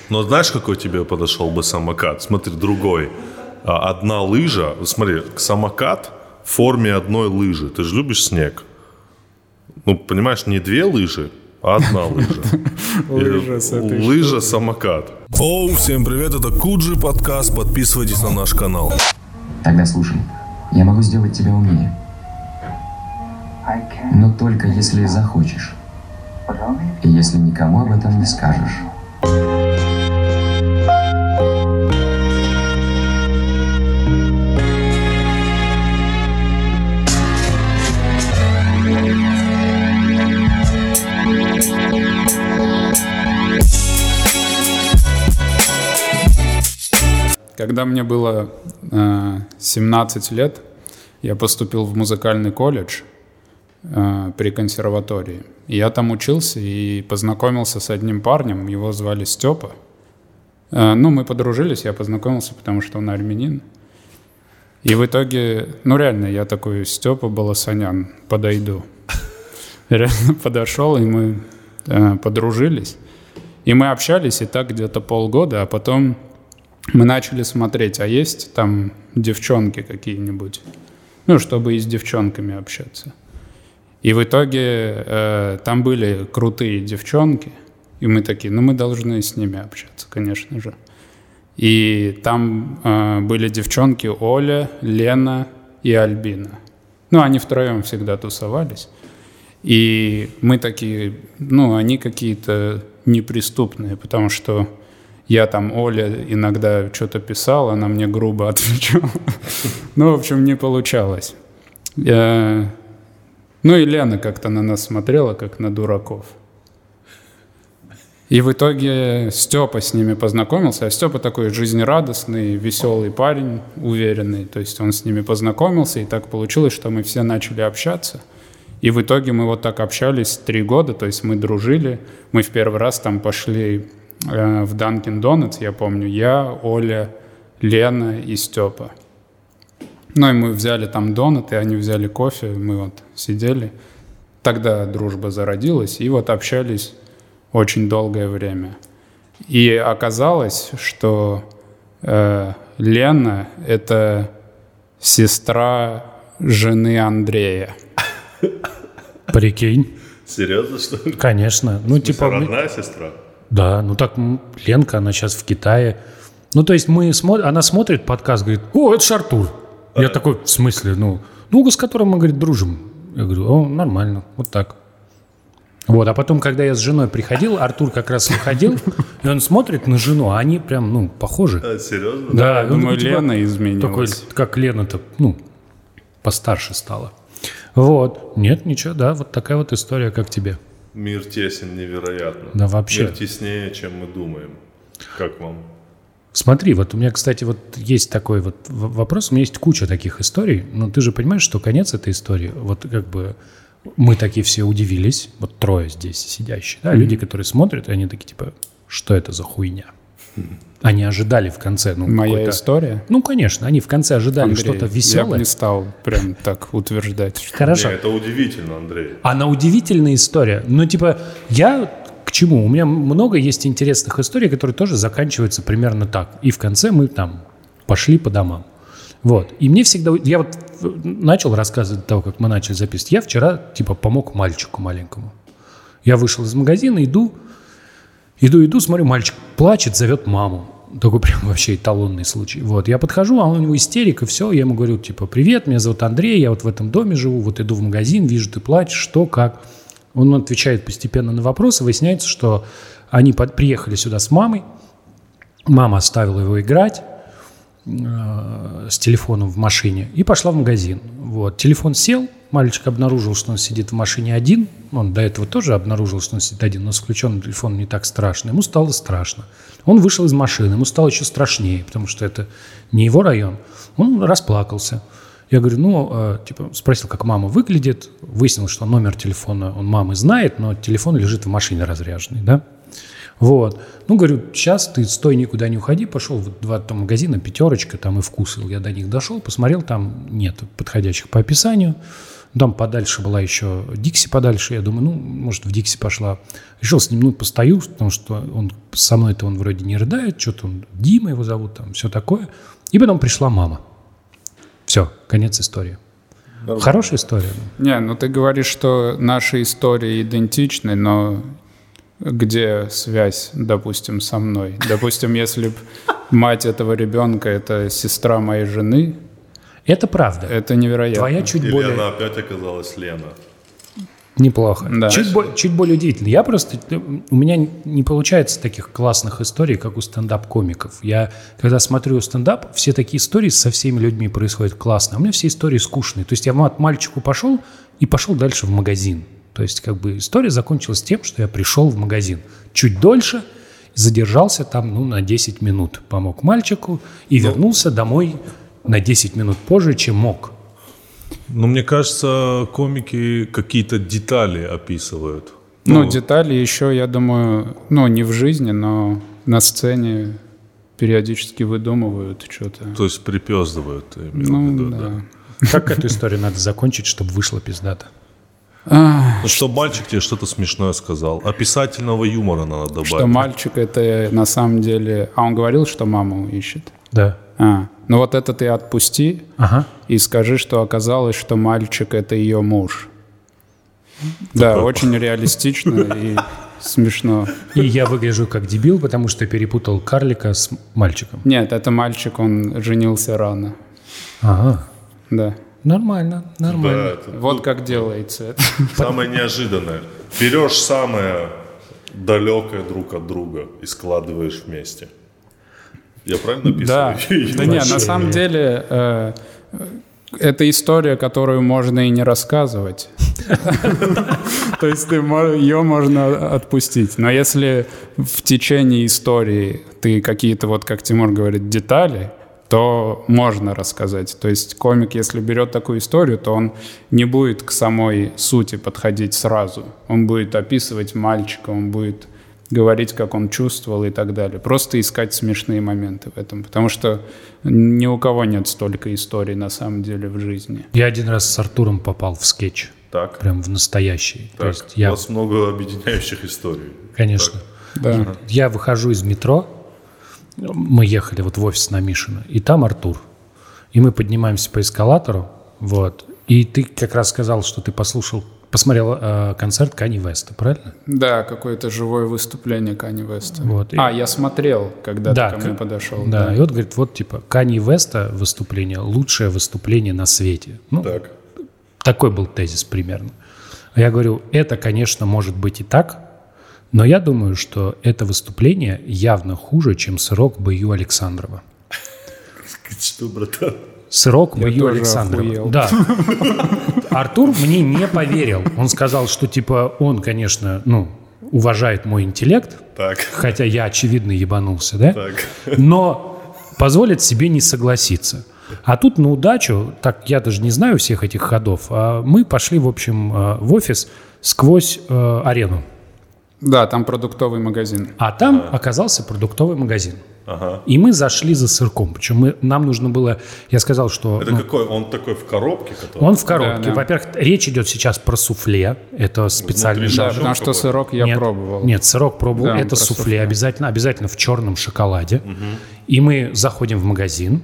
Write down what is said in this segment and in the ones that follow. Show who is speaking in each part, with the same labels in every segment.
Speaker 1: Но знаешь, какой тебе подошел бы самокат? Смотри, другой. Одна лыжа. Смотри, самокат в форме одной лыжи. Ты же любишь снег. Ну, понимаешь, не две лыжи, а одна лыжа. Лыжа-самокат. Оу, всем привет, это Куджи подкаст. Подписывайтесь на наш канал.
Speaker 2: Тогда слушай, я могу сделать тебя умнее. Но только если захочешь. И если никому об этом не скажешь.
Speaker 3: Когда мне было 17 лет, я поступил в музыкальный колледж при консерватории. Я там учился и познакомился с одним парнем, его звали Степа. Мы подружились, я познакомился, потому что он армянин. И в итоге, реально, я такой: Степа Баласанян, подойду. Реально подошел, и мы подружились. И мы общались, и так где-то полгода, а потом мы начали смотреть, а есть там девчонки какие-нибудь, чтобы и с девчонками общаться. И в итоге там были крутые девчонки, и мы такие, мы должны с ними общаться, конечно же. И там были девчонки Оля, Лена и Альбина. Они втроем всегда тусовались. И мы такие, они какие-то неприступные, потому что я там Оле иногда что-то писал, она мне грубо отвечала. В общем, не получалось. И Лена как-то на нас смотрела, как на дураков. И в итоге Степа с ними познакомился. А Степа такой жизнерадостный, веселый парень, уверенный. То есть он с ними познакомился, и так получилось, что мы все начали общаться. И в итоге мы вот так общались 3 года, то есть мы дружили. Мы в первый раз там пошли в Dunkin' Donuts, я помню, я, Оля, Лена и Степа. И мы взяли там донат, и они взяли кофе, мы вот сидели. Тогда дружба зародилась, и вот общались очень долгое время. И оказалось, что Лена — это сестра жены Андрея.
Speaker 4: Прикинь.
Speaker 1: Серьезно, что ли?
Speaker 4: Конечно.
Speaker 1: Родная сестра?
Speaker 4: Да, Ленка, она сейчас в Китае. То есть она смотрит подкаст, говорит: о, это ж Артур. Я такой: в смысле? С которым мы, говорит, дружим. Я говорю: о, нормально, вот так. Вот, а потом, когда я с женой приходил, Артур как раз выходил, и он смотрит на жену, а они прям, похожи.
Speaker 1: Серьезно?
Speaker 4: Да,
Speaker 3: думаю, Лена изменилась.
Speaker 4: Такой, как Лена-то, постарше стала. Вот, нет, ничего, да, вот такая вот история, как тебе.
Speaker 1: Мир тесен невероятно.
Speaker 4: Да, вообще.
Speaker 1: Мир теснее, чем мы думаем. Как вам?
Speaker 4: Смотри, вот у меня, кстати, вот есть такой вот вопрос. У меня есть куча таких историй, но ты же понимаешь, что конец этой истории, вот как бы мы такие все удивились, вот 3 здесь сидящие, да, люди, которые смотрят, и они такие типа: что это за хуйня? Они ожидали в конце,
Speaker 3: Моя история?
Speaker 4: Конечно, они в конце ожидали, Андрей, что-то веселое.
Speaker 3: Я бы не стал прям так утверждать.
Speaker 4: Хорошо.
Speaker 1: Это удивительно, Андрей.
Speaker 4: Она удивительная история. Я к чему? У меня много есть интересных историй, которые тоже заканчиваются примерно так. И в конце мы там пошли по домам. Вот. И мне всегда... Я вот начал рассказывать до того, как мы начали записывать. Я вчера помог мальчику маленькому. Я вышел из магазина, иду, смотрю, мальчик плачет, зовет маму. Такой прям вообще эталонный случай. Вот. Я подхожу, а у него истерика, все. Я ему говорю, привет, меня зовут Андрей, я вот в этом доме живу, вот иду в магазин, вижу, ты плачешь, что, как. Он отвечает постепенно на вопросы. Выясняется, что они приехали сюда с мамой. Мама оставила его играть с телефоном в машине и пошла в магазин. Вот. Телефон сел, мальчик обнаружил, что он сидит в машине один. Он до этого тоже обнаружил, что он сидит один, но с включенным телефоном не так страшно. Ему стало страшно. Он вышел из машины, ему стало еще страшнее, потому что это не его район. Он расплакался. Я говорю, спросил, как мама выглядит. Выяснилось, что номер телефона он мамы знает, но телефон лежит в машине разряженный, да? Вот. Ну, говорю, сейчас ты стой, никуда не уходи. Пошел в два там магазина, «Пятерочка», там и «Вкус». Я до них дошел, посмотрел, там нет подходящих по описанию. Там подальше была еще «Дикси» подальше. Я думаю, ну, может, в «Дикси» пошла. Решил с ним, постою, потому что он со мной-то он вроде не рыдает, что-то он, Дима его зовут, там, все такое. И потом пришла мама. Все, конец истории. Нормально. Хорошая история.
Speaker 3: Не, ну ты говоришь, что наши истории идентичны, но где связь, допустим, со мной? Допустим, если мать этого ребенка — это сестра моей жены...
Speaker 4: Это правда.
Speaker 3: Это невероятно.
Speaker 4: Твоя чуть
Speaker 1: Или
Speaker 4: более...
Speaker 1: она опять оказалась Лена.
Speaker 4: Неплохо.
Speaker 3: Да.
Speaker 4: Чуть более удивительно. Я просто... У меня не получается таких классных историй, как у стендап-комиков. Я, когда смотрю стендап, все такие истории со всеми людьми происходят классно. А у меня все истории скучные. То есть я от мальчику пошел и пошел дальше в магазин. То есть как бы история закончилась тем, что я пришел в магазин. Чуть дольше, задержался там на 10 минут. Помог мальчику и вернулся домой на 10 минут позже, чем мог.
Speaker 1: Ну, мне кажется, комики какие-то детали описывают.
Speaker 3: Ну, детали еще, я думаю, не в жизни, но на сцене периодически выдумывают что-то.
Speaker 1: То есть припёздывают. Да.
Speaker 4: Как эту историю надо закончить, чтобы вышло пиздато?
Speaker 1: Что мальчик тебе что-то смешное сказал. Описательного юмора надо добавить.
Speaker 3: Что мальчик это на самом деле... А он говорил, что маму ищет?
Speaker 4: Да.
Speaker 3: Ну вот это ты отпусти и скажи, что оказалось, что мальчик — это ее муж. Да, очень реалистично и смешно.
Speaker 4: И я выгляжу как дебил, потому что перепутал карлика с мальчиком.
Speaker 3: Нет, это мальчик, он женился рано.
Speaker 4: Ага.
Speaker 3: Да.
Speaker 4: Нормально.
Speaker 1: Да,
Speaker 3: вот как делается это.
Speaker 1: Самое неожиданное. Берешь самое далекое друг от друга и складываешь вместе. Я правильно описываю?
Speaker 3: Да нет, на самом деле это история, которую можно и не рассказывать. То есть ее можно отпустить. Но если в течение истории ты какие-то, вот как Тимур говорит, детали, то можно рассказать. То есть комик, если берет такую историю, то он не будет к самой сути подходить сразу. Он будет описывать мальчика, он будет говорить, как он чувствовал и так далее. Просто искать смешные моменты в этом. Потому что ни у кого нет столько историй на самом деле в жизни.
Speaker 4: Я один раз с Артуром попал в скетч.
Speaker 1: Так.
Speaker 4: Прям в настоящий.
Speaker 1: Так. То есть у вас много объединяющих историй.
Speaker 4: Конечно.
Speaker 3: Да.
Speaker 4: Я выхожу из метро. Мы ехали вот в офис на Мишина. И там Артур. И мы поднимаемся по эскалатору. Вот. И ты как раз сказал, что ты посмотрел концерт Канье Веста, правильно?
Speaker 3: Да, какое-то живое выступление Канье Веста.
Speaker 4: Вот.
Speaker 3: Я смотрел, когда ты ко мне подошел.
Speaker 4: Да, и вот говорит, вот типа Канье Веста выступление, лучшее выступление на свете. Ну,
Speaker 1: так.
Speaker 4: Такой был тезис примерно. А я говорю, это, конечно, может быть и так, но я думаю, что это выступление явно хуже, чем «Сырок» Б.Ю. Александрова.
Speaker 1: Что, братан?
Speaker 4: «Сырок» Б.Ю. Александрова.
Speaker 3: Охуел.
Speaker 4: Да. Артур мне не поверил. Он сказал, что типа он, конечно, уважает мой интеллект,
Speaker 1: так.
Speaker 4: Хотя я, очевидно, ебанулся, да?
Speaker 1: Так.
Speaker 4: Но позволит себе не согласиться. А тут на удачу, так я даже не знаю всех этих ходов, а мы пошли, в общем, в офис сквозь арену.
Speaker 3: Да, там продуктовый магазин.
Speaker 4: А там оказался продуктовый магазин.
Speaker 1: Ага.
Speaker 4: И мы зашли за сырком. Причем нам нужно было... Я сказал, что...
Speaker 1: Это какой? Он такой в коробке? Который...
Speaker 4: Он в коробке.
Speaker 3: Да.
Speaker 4: Во-первых, речь идет сейчас про суфле. Это специальный
Speaker 1: Внутри,
Speaker 3: Да,
Speaker 4: жанр.
Speaker 3: потому что сырок я пробовал.
Speaker 4: Нет, сырок пробовал.
Speaker 3: Да,
Speaker 4: это суфле. Обязательно в черном шоколаде. И мы заходим в магазин.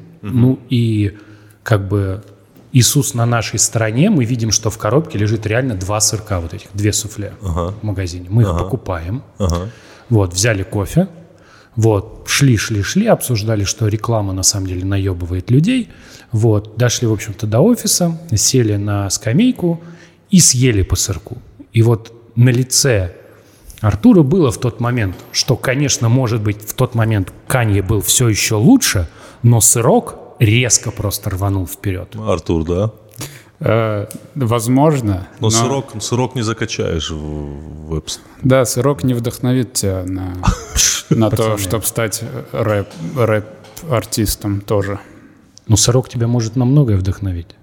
Speaker 4: И как бы Иисус на нашей стороне. Мы видим, что в коробке лежит реально 2 сырка, вот этих, 2 суфле в магазине. Мы их покупаем. Вот, взяли кофе. Вот, шли, обсуждали, что реклама на самом деле наебывает людей. Вот, дошли, в общем-то, до офиса, сели на скамейку и съели по сырку. И вот на лице Артура было в тот момент, что, конечно, может быть, в тот момент Канье был все еще лучше, но сырок резко просто рванул вперед.
Speaker 1: Артур, да?
Speaker 3: Возможно.
Speaker 1: Но сырок не закачаешь в App Store.
Speaker 3: Да, сырок не вдохновит тебя на то, чтобы стать рэп-артистом тоже.
Speaker 4: Но сырок тебя может на многое вдохновить.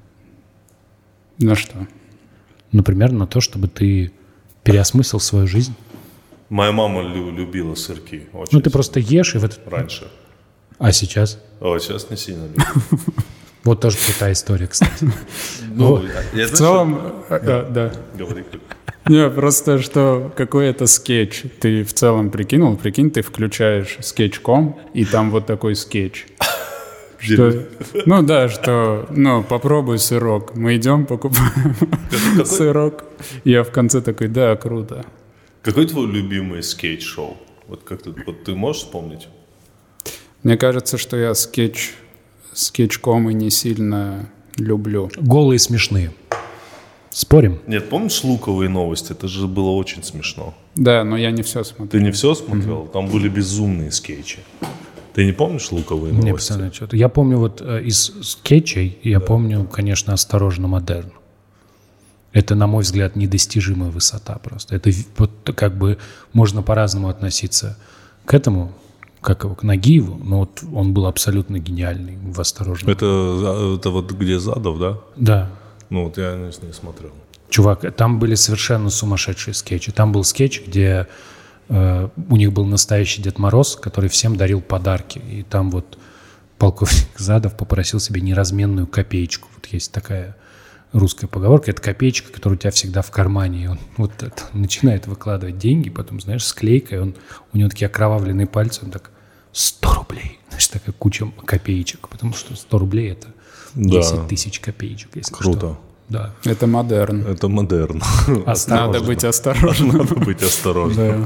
Speaker 3: На что?
Speaker 4: Например, на то, чтобы ты переосмыслил свою жизнь.
Speaker 1: Моя мама любила сырки. Очень
Speaker 4: Ну, ты просто ешь и в этот...
Speaker 1: раньше.
Speaker 4: А сейчас?
Speaker 1: Сейчас не сильно люблю.
Speaker 4: Вот тоже крутая история, кстати.
Speaker 1: Ну,
Speaker 3: В целом, да.
Speaker 1: Говори.
Speaker 3: Не, просто что какой-то скетч ты в целом прикинул. Прикинь, ты включаешь скетч.ком, и там вот такой скетч. Что, ну да, что, попробуй сырок. Мы идем, покупаем сырок. Я в конце такой, да, круто.
Speaker 1: Какой твой любимый скетч-шоу? Вот как ты можешь вспомнить?
Speaker 3: Мне кажется, что я скетч.ком не сильно люблю.
Speaker 4: Голые смешные. Спорим?
Speaker 1: Нет, помнишь луковые новости? Это же было очень смешно.
Speaker 3: Да, но я не все смотрю.
Speaker 1: Ты не все смотрел? Там были безумные скетчи. Ты не помнишь луковые
Speaker 4: Не,
Speaker 1: новости?
Speaker 4: пацаны, что-то. Я помню вот из скетчей, я помню, конечно, «Осторожно, модерн». Это, на мой взгляд, недостижимая высота просто. Это вот как бы можно по-разному относиться к этому, как его, к Нагиеву, но вот он был абсолютно гениальный в «Осторожно».
Speaker 1: Это вот где Задов, да?
Speaker 4: Да.
Speaker 1: Ну вот я не смотрел.
Speaker 4: Чувак, там были совершенно сумасшедшие скетчи. Там был скетч, где у них был настоящий Дед Мороз, который всем дарил подарки. И там вот полковник Задов попросил себе неразменную копеечку. Вот есть такая русская поговорка. Это копеечка, которая у тебя всегда в кармане. И он вот это, начинает выкладывать деньги, потом, знаешь, с клейкой. У него такие окровавленные пальцы. Он так, 100 рублей. Значит, такая куча копеечек. Потому что 100 рублей – это 10 тысяч копеечек. Если
Speaker 1: Круто.
Speaker 4: Что. Да.
Speaker 3: Это модерн.
Speaker 1: Это модерн.
Speaker 3: Надо быть осторожным.
Speaker 1: Надо быть осторожным.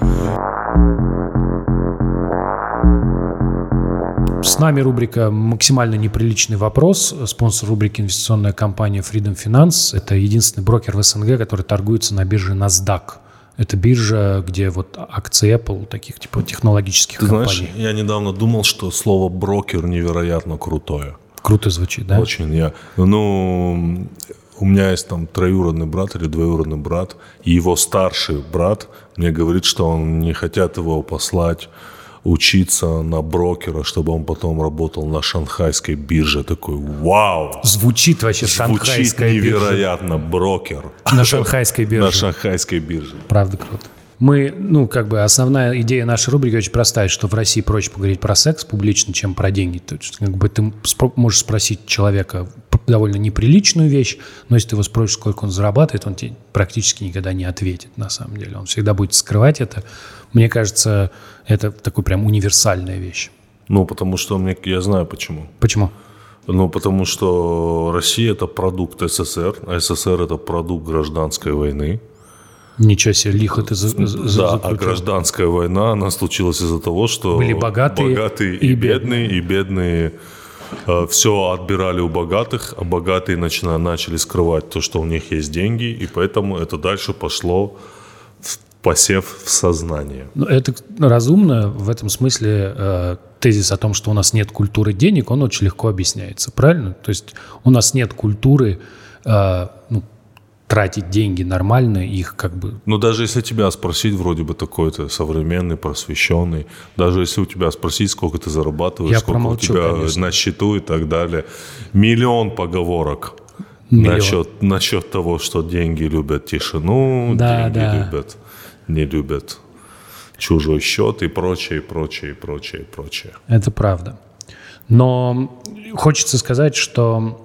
Speaker 4: С нами рубрика «Максимально неприличный вопрос». Спонсор рубрики — инвестиционная компания Freedom Finance. Это единственный брокер в СНГ, который торгуется на бирже NASDAQ. Это биржа, где вот акции Apple, таких типа технологических
Speaker 1: Ты
Speaker 4: компаний.
Speaker 1: знаешь, я недавно думал, что слово «брокер» невероятно крутое.
Speaker 4: Круто звучит, да?
Speaker 1: Очень. У меня есть там троюродный брат или двоюродный брат, и его старший брат мне говорит, что он не хотят его послать учиться на брокера, чтобы он потом работал на шанхайской бирже. Такой, вау!
Speaker 4: Звучит вообще
Speaker 1: Звучит
Speaker 4: шанхайская биржа.
Speaker 1: невероятно, брокер.
Speaker 4: На шанхайской бирже.
Speaker 1: На шанхайской бирже.
Speaker 4: Правда круто. Мы, основная идея нашей рубрики очень простая, что в России проще поговорить про секс публично, чем про деньги. То есть, ты можешь спросить человека довольно неприличную вещь, но если ты его спросишь, сколько он зарабатывает, он тебе практически никогда не ответит, на самом деле. Он всегда будет скрывать это. Мне кажется, это такой прям универсальная вещь.
Speaker 1: Потому что я знаю почему.
Speaker 4: Почему?
Speaker 1: Потому что Россия – это продукт СССР, а СССР – это продукт гражданской войны.
Speaker 4: Ничего себе, лихо ты
Speaker 1: Да, а гражданская война, она случилась из-за того, что
Speaker 4: были богатые
Speaker 1: и бедные все отбирали у богатых, а богатые начали скрывать то, что у них есть деньги, и поэтому это дальше пошло в посев в сознание.
Speaker 4: Это разумно, в этом смысле тезис о том, что у нас нет культуры денег, он очень легко объясняется, правильно? То есть у нас нет культуры тратить деньги нормально, их как бы...
Speaker 1: Даже если тебя спросить, вроде бы такой ты современный, просвещенный, даже если у тебя спросить, сколько ты зарабатываешь,
Speaker 4: Я
Speaker 1: сколько
Speaker 4: промолчу,
Speaker 1: у тебя
Speaker 4: конечно.
Speaker 1: на счету и так далее, миллион поговорок насчет того, что деньги любят тишину, деньги не любят чужой счет и прочее.
Speaker 4: Это правда. Но хочется сказать, что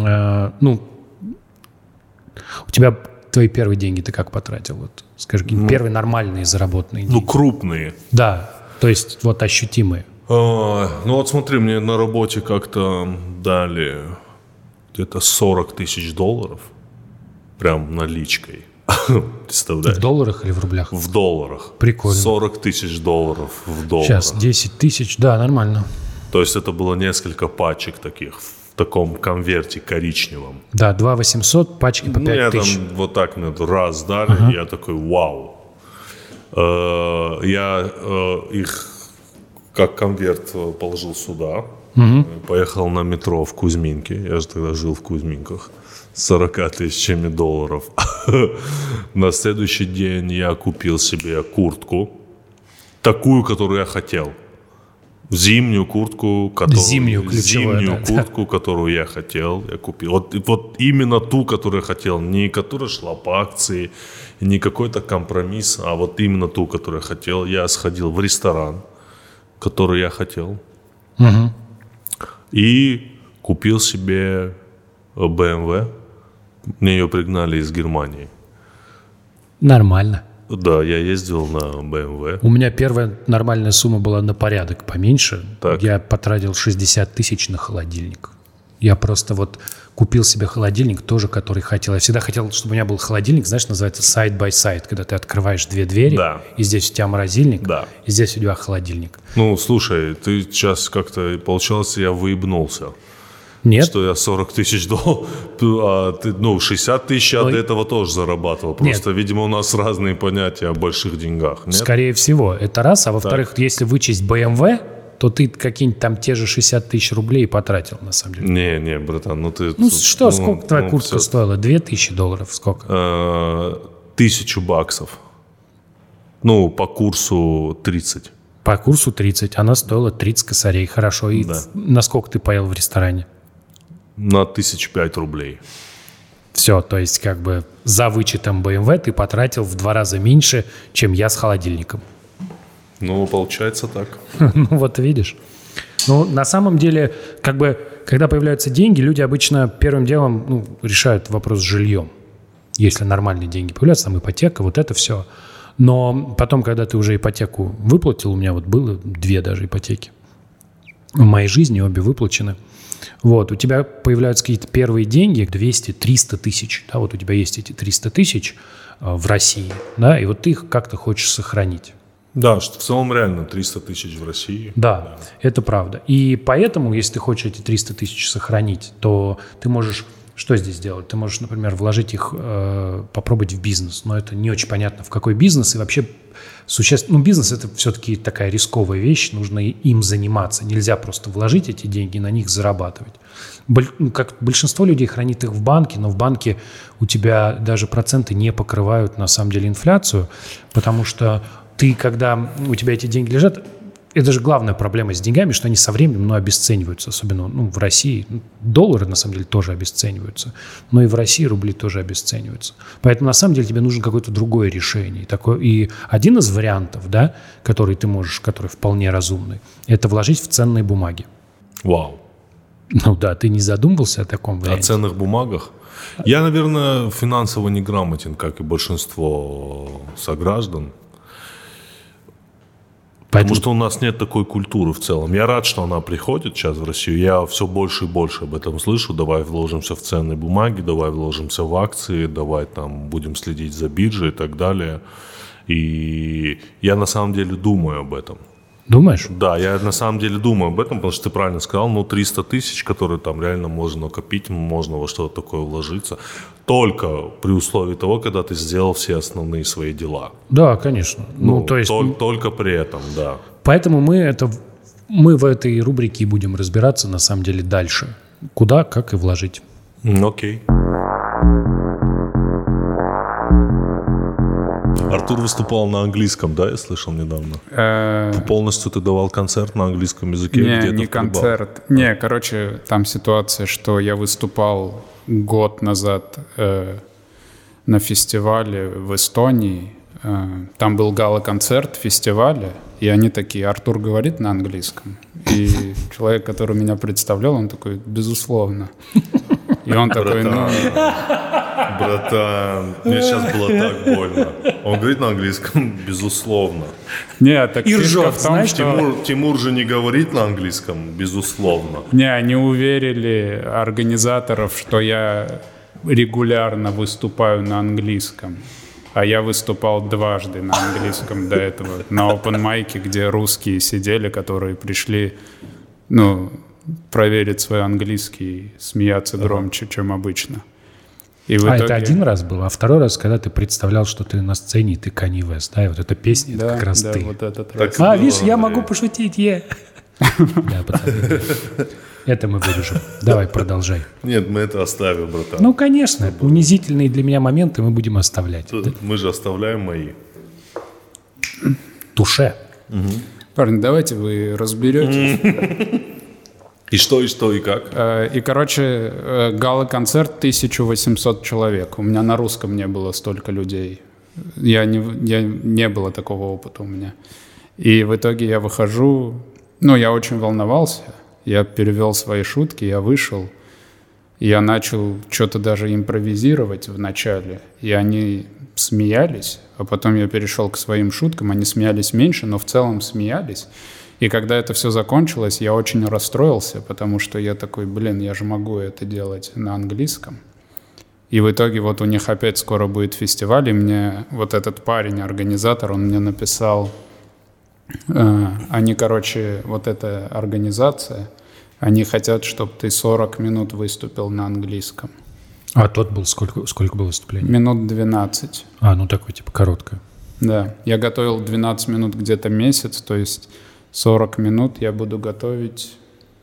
Speaker 4: у тебя твои первые деньги ты как потратил? Вот, скажи, первые нормальные заработанные деньги.
Speaker 1: Крупные.
Speaker 4: Да, то есть вот ощутимые.
Speaker 1: Вот смотри, мне на работе как-то дали где-то $40 тысяч. Прям наличкой. Представляешь?
Speaker 4: В долларах или в рублях?
Speaker 1: В долларах.
Speaker 4: Прикольно.
Speaker 1: $40 тысяч в долларах.
Speaker 4: Сейчас 10 тысяч, да, нормально.
Speaker 1: То есть это было несколько пачек таких в таком конверте коричневом.
Speaker 4: Да, 2 800, пачки по 5 тысяч.
Speaker 1: Мне там вот так раз дали, и я такой, вау. Я их как конверт положил сюда, поехал на метро в Кузьминки, я же тогда жил в Кузьминках, с $40 тысячами. На следующий день я купил себе куртку, такую, которую я хотел. Зимнюю куртку, которую я хотел, я купил. Вот именно ту, которую я хотел. Не которая шла по акции, не какой-то компромисс, а вот именно ту, которую я хотел. Я сходил в ресторан, который я хотел.
Speaker 4: Угу.
Speaker 1: И купил себе BMW. Мне ее пригнали из Германии.
Speaker 4: Нормально.
Speaker 1: Да, я ездил на BMW.
Speaker 4: У меня первая нормальная сумма была на порядок поменьше.
Speaker 1: Так.
Speaker 4: Я потратил 60 тысяч на холодильник. Я просто вот купил себе холодильник тоже, который хотел. Я всегда хотел, чтобы у меня был холодильник, знаешь, называется side by side, когда ты открываешь две двери,
Speaker 1: Да.
Speaker 4: и здесь у тебя морозильник,
Speaker 1: Да.
Speaker 4: и здесь у тебя холодильник.
Speaker 1: Ну, слушай, ты сейчас как-то, получалось, я выебнулся.
Speaker 4: Нет?
Speaker 1: Что я 40 тысяч дал, а ты, 60 тысяч от этого тоже зарабатывал. Просто, видимо, у нас разные понятия о больших деньгах. Нет?
Speaker 4: Скорее всего, это раз. А во-вторых, если вычесть BMW, то ты какие-нибудь там те же 60 тысяч рублей потратил, на самом деле.
Speaker 1: Не, братан, ты...
Speaker 4: Сколько твоя куртка стоила? $2000? Сколько?
Speaker 1: 1000 баксов. По курсу 30.
Speaker 4: По курсу 30. Она стоила 30 косарей. Хорошо. И на сколько ты поел в ресторане?
Speaker 1: На 1005 рублей.
Speaker 4: Все, то есть как бы за вычетом BMW ты потратил в 2 раза меньше, чем я с холодильником.
Speaker 1: Получается так.
Speaker 4: Вот видишь. На самом деле, как бы, когда появляются деньги, люди обычно первым делом решают вопрос с жильем. Если нормальные деньги появляются, там ипотека, вот это все. Но потом, когда ты уже ипотеку выплатил, у меня вот было 2 даже ипотеки в моей жизни, обе выплачены. Вот, у тебя появляются какие-то первые деньги, 200-300 тысяч. Да, вот у тебя есть эти 300 тысяч в России, да, и вот ты их как-то хочешь сохранить.
Speaker 1: Да, что в целом реально 300 тысяч в России.
Speaker 4: Да, это правда. И поэтому, если ты хочешь эти 300 тысяч сохранить, то ты можешь... Что здесь делать? Ты можешь, например, вложить их, попробовать в бизнес. Но это не очень понятно, в какой бизнес. И вообще бизнес – это все-таки такая рисковая вещь. Нужно им заниматься. Нельзя просто вложить эти деньги и на них зарабатывать. Как большинство людей хранит их в банке, но в банке у тебя даже проценты не покрывают на самом деле инфляцию, потому что ты, когда у тебя эти деньги лежат, это же главная проблема с деньгами, что они со временем обесцениваются, особенно в России. Доллары, на самом деле, тоже обесцениваются, но и в России рубли тоже обесцениваются. Поэтому, на самом деле, тебе нужно какое-то другое решение. И один из вариантов, да, который ты можешь, который вполне разумный, это вложить в ценные бумаги.
Speaker 1: Вау.
Speaker 4: Ты не задумывался о таком варианте?
Speaker 1: О ценных бумагах? Я, наверное, финансово неграмотен, как и большинство сограждан. Потому что у нас нет такой культуры в целом. Я рад, что она приходит сейчас в Россию. Я все больше и больше об этом слышу. Давай вложимся в ценные бумаги, давай вложимся в акции, давай там будем следить за биржей и так далее. И я на самом деле думаю об этом.
Speaker 4: Думаешь?
Speaker 1: Да, я на самом деле думаю об этом, потому что ты правильно сказал, 300 тысяч, которые там реально можно накопить, можно во что-то такое вложиться. Только при условии того, когда ты сделал все основные свои дела.
Speaker 4: Да, конечно. То есть...
Speaker 1: Только при этом, да.
Speaker 4: Поэтому мы в этой рубрике будем разбираться, на самом деле, дальше. Куда, как и вложить.
Speaker 1: Окей. Артур выступал на английском, да, я слышал недавно? Полностью ты давал концерт на английском языке?
Speaker 3: Не концерт. Там ситуация, что я выступал год назад на фестивале в Эстонии. Там был гала-концерт фестиваля, и они такие: Артур говорит на английском. И человек, который меня представлял, он такой: безусловно. И он такой:
Speaker 1: Братан, мне сейчас было так больно. Он говорит на английском, безусловно.
Speaker 3: Нет, так
Speaker 4: и ржет,
Speaker 3: в том, что...
Speaker 1: Тимур же не говорит на английском, безусловно.
Speaker 3: Не, они уверили организаторов, что я регулярно выступаю на английском. А я выступал дважды на английском до этого. На опен-майке, где русские сидели, которые пришли, проверить свой английский, смеяться громче, чем обычно. И в итоге...
Speaker 4: это один раз было, а второй раз, когда ты представлял, что ты на сцене, и ты Kanye West, да, и вот эта песня, это как раз ты.
Speaker 3: Вот этот раз.
Speaker 4: Видишь, я могу пошутить, Да, пацаны. Это мы вырежем. Давай, продолжай.
Speaker 1: Нет, мы это оставим, братан.
Speaker 4: Конечно, унизительные для меня моменты мы будем оставлять.
Speaker 1: Мы же оставляем мои.
Speaker 4: Туше.
Speaker 3: Парни, давайте вы разберетесь.
Speaker 1: И что, и как?
Speaker 3: И, короче, гала-концерт 1800 человек. У меня на русском не было столько людей. Не было такого опыта у меня. И в итоге я выхожу, я очень волновался. Я перевел свои шутки, я вышел. Я начал что-то даже импровизировать в начале. И они смеялись. А потом я перешел к своим шуткам. Они смеялись меньше, но в целом смеялись. И когда это все закончилось, я очень расстроился, потому что я такой, я же могу это делать на английском. И в итоге вот у них опять скоро будет фестиваль, и мне вот этот парень, организатор, он мне написал, вот эта организация, они хотят, чтобы ты 40 минут выступил на английском.
Speaker 4: А тот был сколько было выступлений?
Speaker 3: Минут 12.
Speaker 4: Такое типа короткое.
Speaker 3: Да, я готовил 12 минут где-то месяц, то есть 40 минут я буду готовить.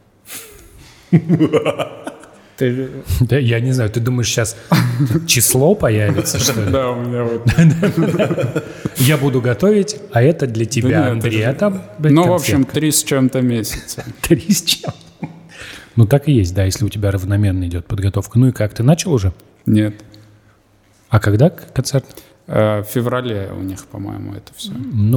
Speaker 4: Да, я не знаю, ты думаешь, сейчас число появится, что ли?
Speaker 3: Да, у меня вот.
Speaker 4: Я буду готовить, а это для тебя, Андрей, а там
Speaker 3: в общем, 3 с чем-то месяца.
Speaker 4: 3 с чем-то. Так и есть, да, если у тебя равномерно идет подготовка. И как, ты начал уже?
Speaker 3: Нет.
Speaker 4: А когда концерт?
Speaker 3: В феврале у них, по-моему, это все.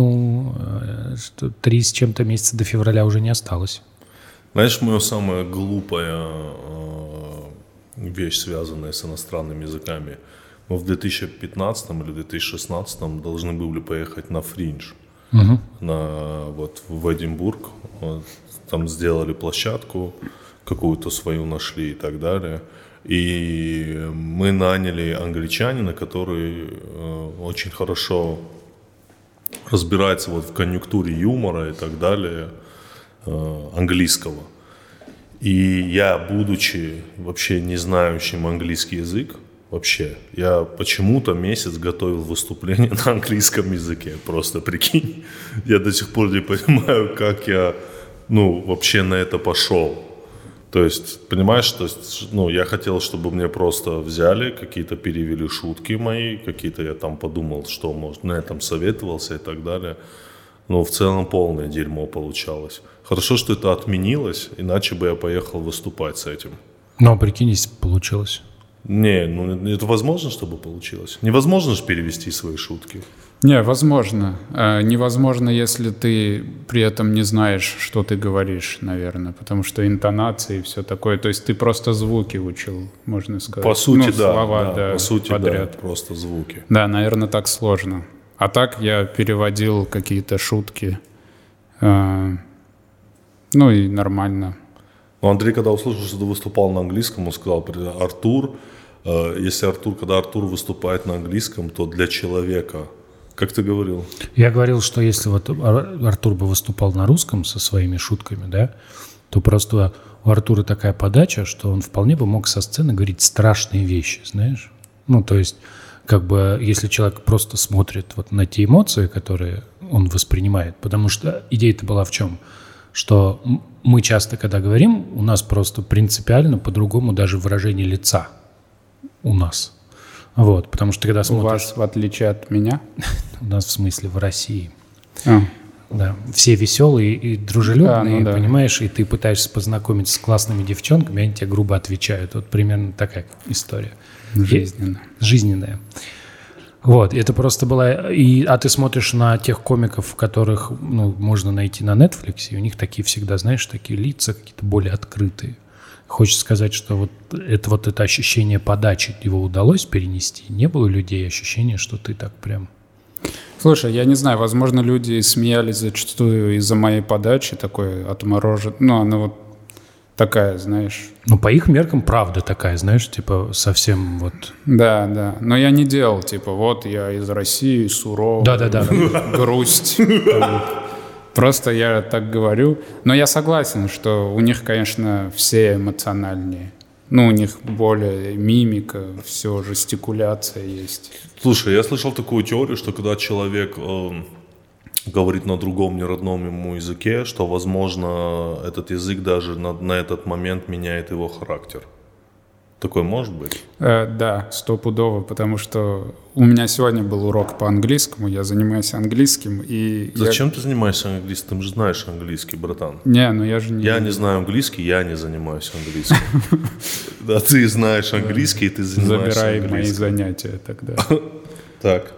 Speaker 4: 3 с чем-то месяца до февраля уже не осталось.
Speaker 1: Знаешь, моя самая глупая вещь, связанная с иностранными языками. Мы в 2015 или 2016 должны были поехать на Фриндж. В Эдинбург. Там сделали площадку, какую-то свою нашли и так далее. И мы наняли англичанина, который очень хорошо разбирается в конъюнктуре юмора и так далее, английского. И я, будучи вообще не знающим английский язык, я почему-то месяц готовил выступление на английском языке. Просто прикинь, я до сих пор не понимаю, как я вообще на это пошел. То есть, понимаешь, я хотел, чтобы мне просто взяли, какие-то перевели шутки мои, какие-то я там подумал, что, может, на этом советовался и так далее. Но в целом полное дерьмо получалось. Хорошо, что это отменилось, иначе бы я поехал выступать с этим.
Speaker 4: Прикинь, если получилось.
Speaker 1: Не, это возможно, чтобы получилось? Невозможно же перевести свои шутки.
Speaker 3: Не, возможно. Невозможно, если ты при этом не знаешь, что ты говоришь, наверное, потому что интонации и все такое. То есть ты просто звуки учил, можно сказать.
Speaker 1: По сути,
Speaker 3: слова,
Speaker 1: по сути,
Speaker 3: подряд.
Speaker 1: Да, просто звуки.
Speaker 3: Да, наверное, так сложно. А так я переводил какие-то шутки. И нормально.
Speaker 1: Андрей, когда услышал, что ты выступал на английском, он сказал, Артур, когда Артур выступает на английском, то для человека... Как ты говорил?
Speaker 4: Я говорил, что если Артур бы выступал на русском со своими шутками, да, то просто у Артура такая подача, что он вполне бы мог со сцены говорить страшные вещи, знаешь? То есть, если человек просто смотрит на те эмоции, которые он воспринимает, потому что идея-то была в чем? Что мы часто, когда говорим, у нас просто принципиально по-другому даже выражение лица у нас. Потому что когда смотришь...
Speaker 3: У вас, в отличие от меня?
Speaker 4: У нас, в смысле, в России. Да. Все веселые и дружелюбные, понимаешь, и ты пытаешься познакомиться с классными девчонками, они тебе грубо отвечают. Вот примерно такая история. Жизненная. Это просто была... А ты смотришь на тех комиков, которых можно найти на Netflix, и у них такие всегда, знаешь, такие лица какие-то более открытые. Хочется сказать, что это ощущение подачи его удалось перенести. Не было у людей ощущения, что ты так прям...
Speaker 3: Слушай, я не знаю, возможно, люди смеялись зачастую из-за моей подачи, такой отморожен. Она такая, знаешь...
Speaker 4: По их меркам правда такая, знаешь, совсем
Speaker 3: Да. Но я не делал, я из России, суров.
Speaker 4: Да.
Speaker 3: Грусть. Просто я так говорю. Но я согласен, что у них, конечно, все эмоциональнее. У них более мимика, все, жестикуляция есть.
Speaker 1: Слушай, я слышал такую теорию, что когда человек говорит на другом неродном ему языке, что, возможно, этот язык даже на этот момент меняет его характер. Такое может быть?
Speaker 3: Да, стопудово, потому что у меня сегодня был урок по английскому, я занимаюсь английским, и...
Speaker 1: Зачем ты занимаешься английским? Ты же знаешь английский, братан.
Speaker 3: Не, ну я же не...
Speaker 1: Я не знаю английский, я не занимаюсь английским. Да, ты знаешь английский, и ты занимаешься английским.
Speaker 3: Забирай мои занятия тогда.
Speaker 1: Так.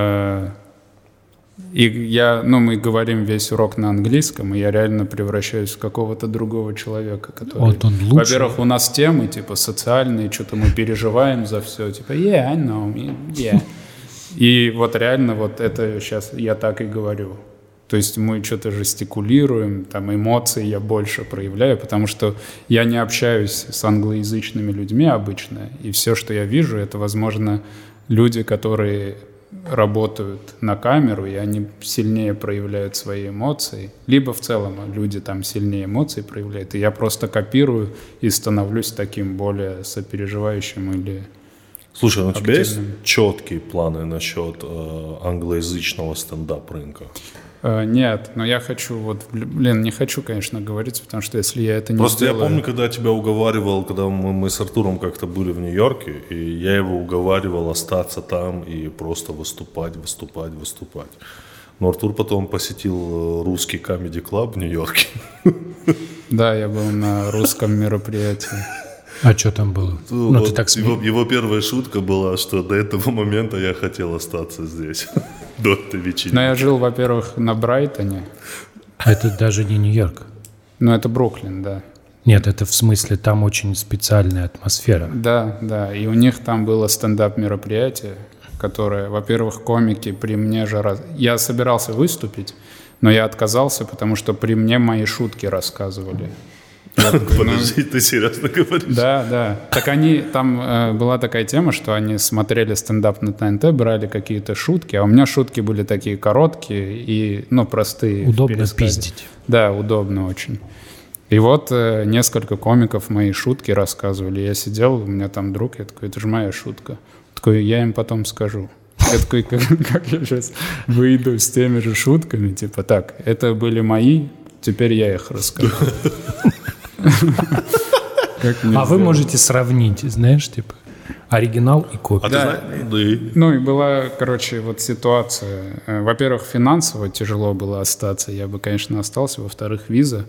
Speaker 3: И мы говорим весь урок на английском, и я реально превращаюсь в какого-то другого человека, который...
Speaker 4: Вот он лучший.
Speaker 3: Во-первых, у нас темы, типа, социальные, что-то мы переживаем за все, типа, yeah, I know, yeah. И вот реально вот это сейчас я так и говорю. То есть мы что-то жестикулируем, там эмоции я больше проявляю, потому что я не общаюсь с англоязычными людьми обычно, и все, что я вижу, это, возможно, люди, которые... работают на камеру, и они сильнее проявляют свои эмоции. Либо в целом люди там сильнее эмоции проявляют, и я просто копирую и становлюсь таким более сопереживающим или
Speaker 1: Слушай, у тебя есть
Speaker 3: активным.
Speaker 1: четкие планы насчет англоязычного стендап-рынка?
Speaker 3: Нет, но я хочу, не хочу, конечно, говорить, потому что если я это не
Speaker 1: Просто
Speaker 3: сделаю...
Speaker 1: я помню, когда я тебя уговаривал, когда мы с Артуром как-то были в Нью-Йорке, и я его уговаривал остаться там и просто выступать. Но Артур потом посетил русский комеди-клаб в Нью-Йорке.
Speaker 3: Да, я был на русском мероприятии.
Speaker 4: А что там было?
Speaker 1: Вот
Speaker 4: ты так
Speaker 1: его первая шутка была, что до этого момента я хотел остаться здесь, до этой вечеринки.
Speaker 3: Но я жил, во-первых, на Брайтоне.
Speaker 4: Это даже не Нью-Йорк.
Speaker 3: Но это Бруклин, да.
Speaker 4: Нет, это в смысле, там очень специальная атмосфера.
Speaker 3: Да, и у них там было стендап-мероприятие, которое, во-первых, комики при мне же... Я собирался выступить, но я отказался, потому что при мне мои шутки рассказывали.
Speaker 1: Подожди, ты серьезно говоришь?
Speaker 3: Да. Так там была такая тема, что они смотрели стендап на ТНТ, брали какие-то шутки, а у меня шутки были такие короткие и, простые.
Speaker 4: Удобно пиздить.
Speaker 3: Да, удобно очень. И вот несколько комиков мои шутки рассказывали. Я сидел, у меня там друг, я такой, это же моя шутка. Такой, я им потом скажу. Я такой, как я сейчас выйду с теми же шутками, типа, так, это были мои, теперь я их расскажу.
Speaker 4: А вы можете сравнить, знаешь, типа, оригинал и копия.
Speaker 3: Ну и была, ситуация. Во-первых, финансово тяжело было остаться. Я бы, конечно, остался. Во-вторых, виза.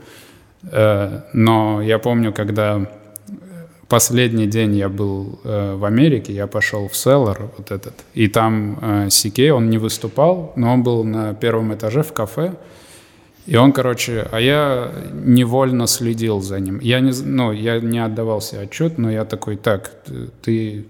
Speaker 3: Но я помню, когда последний день я был в Америке, я пошел в Cellar, и там CK, он не выступал, но он был на первом этаже в кафе. И он, а я невольно следил за ним. Я не отдавал себе отчет, но я такой, так, ты,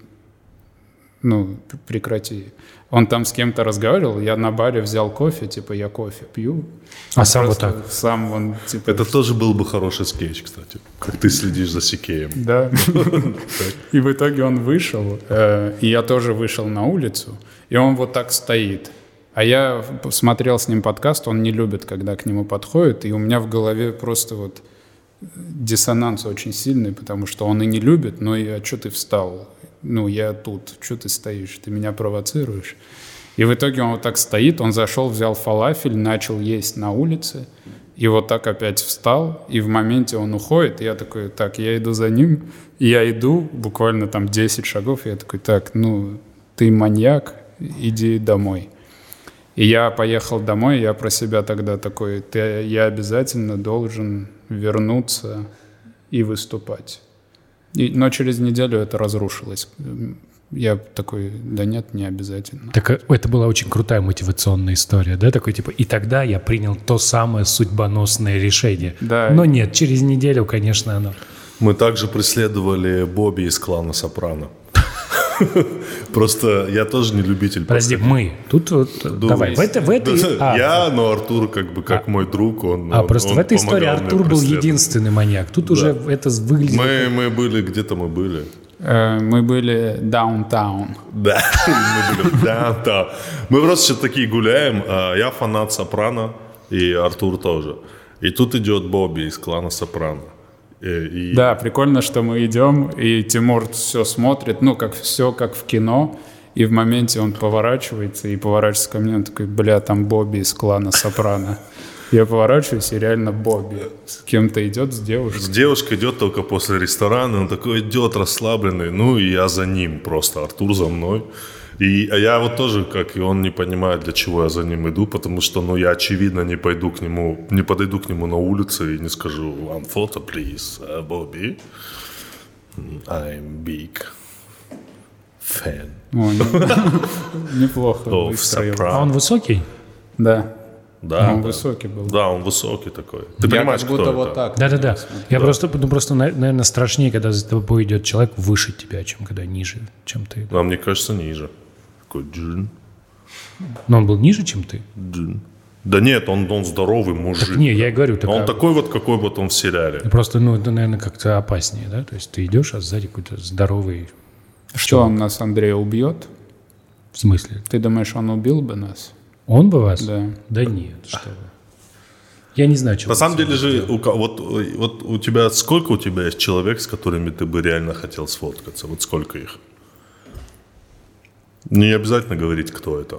Speaker 3: прекрати. Он там с кем-то разговаривал, я на баре взял кофе, типа, я кофе пью.
Speaker 4: А сам вот так?
Speaker 3: Сам он, типа...
Speaker 1: Это тоже был бы хороший скетч, кстати, как ты следишь за Сикеем.
Speaker 3: Да. И в итоге он вышел, и я тоже вышел на улицу, и он вот так стоит. А я смотрел с ним подкаст, он не любит, когда к нему подходят, и у меня в голове просто диссонанс очень сильный, потому что он и не любит, но и а что ты встал? Я тут, что ты стоишь? Ты меня провоцируешь? И в итоге он вот так стоит, он зашел, взял фалафель, начал есть на улице, и вот так опять встал, и в моменте он уходит, и я такой, так, я иду за ним, и я иду буквально там 10 шагов, и я такой, так, ты маньяк, иди домой. И я поехал домой, я про себя тогда такой, я обязательно должен вернуться и выступать. Но через неделю это разрушилось. Я такой, да нет, не обязательно.
Speaker 4: Так это была очень крутая мотивационная история, да? Такой типа, и тогда я принял то самое судьбоносное решение.
Speaker 3: Да.
Speaker 4: Но нет, через неделю, конечно, оно...
Speaker 1: Мы также преследовали Бобби из клана Сопрано. Просто я тоже не любитель.
Speaker 4: Подожди, мы. Тут давай. В этой...
Speaker 1: Я, но Артур как мой друг, он
Speaker 4: просто в этой истории Артур был единственный маньяк. Тут уже это выглядит...
Speaker 1: Мы были, где-то мы были.
Speaker 3: Мы были даунтаун.
Speaker 1: Да, мы были даунтаун. Мы просто сейчас такие гуляем. Я фанат Сопрано, и Артур тоже. И тут идет Бобби из клана Сопрано.
Speaker 3: Да, прикольно, что мы идем, и Тимур все смотрит, все как в кино, и в моменте он поворачивается ко мне, он такой, там Бобби из клана Сопрано. Я поворачиваюсь, и реально Бобби с кем-то идет, с девушкой.
Speaker 1: С девушкой идет только после ресторана, он такой идет расслабленный, ну и я за ним просто, Артур за мной. А я вот тоже, как и он, не понимаю, для чего я за ним иду, потому что, ну, я, очевидно, не подойду к нему на улице и не скажу «One photo, please, Bobby. I'm big fan».
Speaker 3: Неплохо выстроил.
Speaker 4: А он высокий?
Speaker 3: Да.
Speaker 1: Да,
Speaker 3: Он высокий был.
Speaker 1: Да, он высокий такой. Ты
Speaker 3: Я
Speaker 1: понимаешь,
Speaker 3: как будто
Speaker 1: кто
Speaker 3: вот
Speaker 1: это?
Speaker 3: так.
Speaker 4: Да-да-да. Я просто, наверное, страшнее, когда за тобой идет человек выше тебя, чем когда ниже, чем ты.
Speaker 1: А мне кажется, ниже. Такой джин.
Speaker 4: Но он был ниже, чем ты?
Speaker 1: Джин. Да нет, он здоровый мужик.
Speaker 4: Так не, я и говорю. Так,
Speaker 1: Он такой вот, какой вот он в сериале.
Speaker 4: Просто, ну, это, наверное, как-то опаснее, да? То есть ты идешь, а сзади какой-то здоровый...
Speaker 3: Что, он нас, Андрей, убьет?
Speaker 4: В смысле?
Speaker 3: Ты думаешь, он убил бы нас?
Speaker 4: Он бы вас?
Speaker 3: Да.
Speaker 4: Да нет, что вы. Я не знаю, чего.
Speaker 1: На самом деле же, вот у тебя, сколько у тебя есть человек, с которыми ты бы реально хотел сфоткаться? Вот сколько их? Не обязательно говорить, кто это.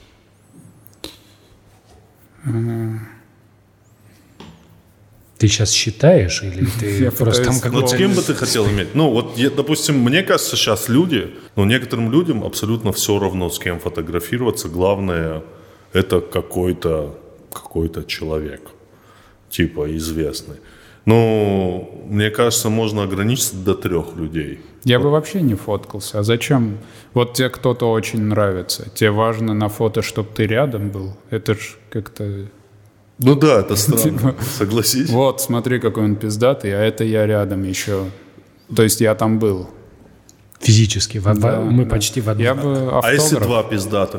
Speaker 4: Ты сейчас считаешь или ты просто там
Speaker 1: Вот с
Speaker 4: какой-то...
Speaker 1: кем бы ты хотел иметь? Ну, вот, допустим, мне кажется, сейчас некоторым людям абсолютно все равно, с кем фотографироваться. Главное, это какой-то человек, типа известный. Ну, мне кажется, можно ограничиться до 3 людей.
Speaker 3: Я бы вообще не фоткался. А зачем? Вот тебе кто-то очень нравится. Тебе важно на фото, чтобы ты рядом был. Это ж как-то...
Speaker 1: Ну да, это странно, согласись.
Speaker 3: Вот, смотри, какой он пиздатый, а это я рядом еще. То есть я там был.
Speaker 4: Физически. Мы почти в одном.
Speaker 3: Я бы автограф...
Speaker 1: А если 2 пиздатых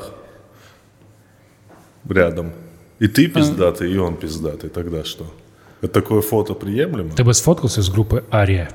Speaker 1: рядом? И ты пиздатый, и он пиздатый, тогда что? Это такое фото приемлемо?
Speaker 4: Ты бы сфоткался с группы «Ария».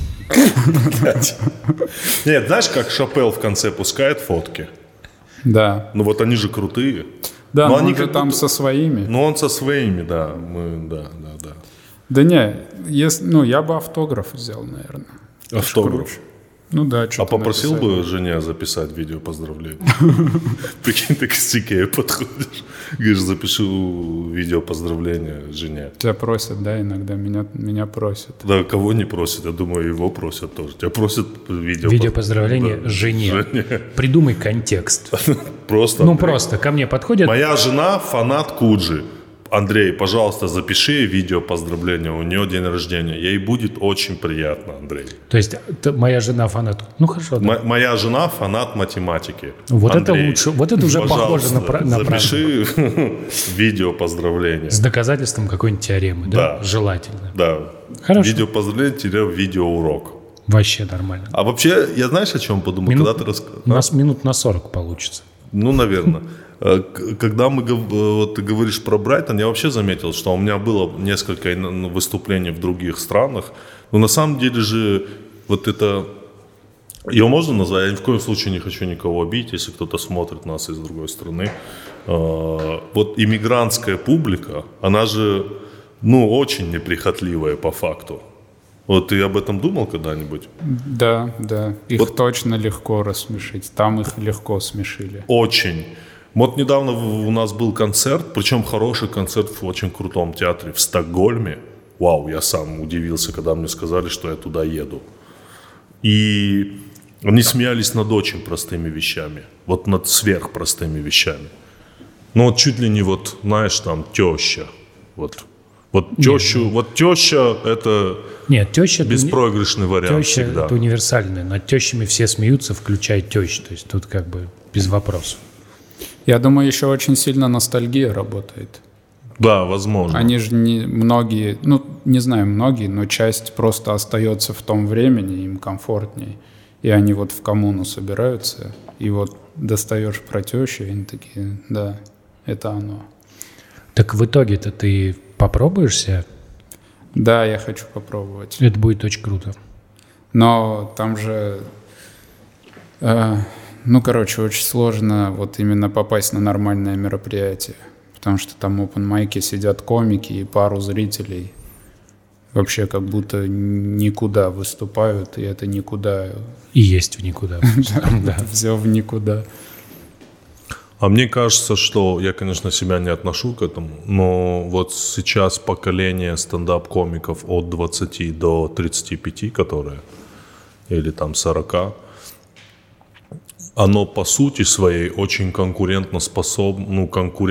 Speaker 1: Нет, знаешь, как Шапел в конце пускает фотки?
Speaker 3: Да.
Speaker 1: Ну вот они же крутые.
Speaker 3: Да,
Speaker 1: но
Speaker 3: но
Speaker 1: они
Speaker 3: он же
Speaker 1: как
Speaker 3: там
Speaker 1: будто-
Speaker 3: со своими.
Speaker 1: Ну он со своими, да. Да.
Speaker 3: Да не, я бы автограф взял, наверное.
Speaker 1: Автограф.
Speaker 3: Ну да,
Speaker 1: А
Speaker 3: что-то
Speaker 1: попросил
Speaker 3: написать.
Speaker 1: бы жене записать видео поздравления? Прикинь, ты к Стикею подходишь. Говоришь, запиши видео поздравления жене.
Speaker 3: Тебя просят, да, иногда меня просят.
Speaker 1: Да, кого не просят? Я думаю, его просят тоже. Тебя просят видео...
Speaker 4: Видео поздравления
Speaker 1: Да,
Speaker 4: жене. Придумай контекст.
Speaker 1: Просто.
Speaker 4: Ну
Speaker 1: Андрей.
Speaker 4: просто ко мне подходят.
Speaker 1: Моя жена фанат Куджи. Андрей, пожалуйста, запиши видео поздравления. У нее день рождения. Ей будет очень приятно, Андрей.
Speaker 4: То есть моя жена фанат. Ну хорошо. Да.
Speaker 1: Моя жена фанат математики.
Speaker 4: Вот
Speaker 1: Андрей,
Speaker 4: это лучше. Вот это уже похоже на правду.
Speaker 1: запиши видео поздравления.
Speaker 4: С доказательством какой-нибудь теоремы, да?
Speaker 1: Да.
Speaker 4: Желательно.
Speaker 1: Да.
Speaker 4: Хорошо.
Speaker 1: Видео поздравления, видеоурок.
Speaker 4: Вообще нормально.
Speaker 1: А вообще, я знаешь, о чем подумал? Когда ты
Speaker 4: У нас минут на 40 получится.
Speaker 1: Ну, наверное. Когда ты говоришь про Брайтон, я вообще заметил, что у меня было несколько выступлений в других странах. Но на самом деле же вот это... Ее можно назвать? Я ни в коем случае не хочу никого обидеть, если кто-то смотрит нас из другой страны. Вот иммигрантская публика, она же, очень неприхотливая по факту. Вот ты об этом думал когда-нибудь?
Speaker 3: Да. Их
Speaker 1: Вот-
Speaker 3: точно легко рассмешить. Там их легко смешили.
Speaker 1: Очень. Вот недавно у нас был концерт, причем хороший концерт в очень крутом театре в Стокгольме. Вау, я сам удивился, когда мне сказали, что я туда еду. И они смеялись над очень простыми вещами. Вот над сверхпростыми вещами. Ну вот чуть ли не знаешь, там, теща. Вот теща это
Speaker 4: Нет, теща...
Speaker 1: беспроигрышный вариант
Speaker 4: Теща
Speaker 1: всегда.
Speaker 4: это универсальная. Над тещами все смеются, включая тещу. То есть тут как бы без вопросов.
Speaker 3: Я думаю, еще очень сильно ностальгия работает.
Speaker 1: Да, возможно.
Speaker 3: Они же многие, не знаю, многие, но часть просто остается в том времени, им комфортней. И они вот в коммуну собираются, и вот достаешь про тещу, и они такие, да, это оно.
Speaker 4: Так в итоге-то ты попробуешься?
Speaker 3: Да, я хочу попробовать.
Speaker 4: Это будет очень круто.
Speaker 3: Но там же, очень сложно вот именно попасть на нормальное мероприятие. Потому что там open-майки сидят комики и пару зрителей. Вообще как будто никуда выступают, и это никуда.
Speaker 4: И есть в никуда. Да.
Speaker 3: Все в никуда.
Speaker 1: А мне кажется, что я, конечно, себя не отношу к этому, но вот сейчас поколение стендап-комиков от 20 до 35, которые, или там 40, оно по сути своей очень конкурентоспособно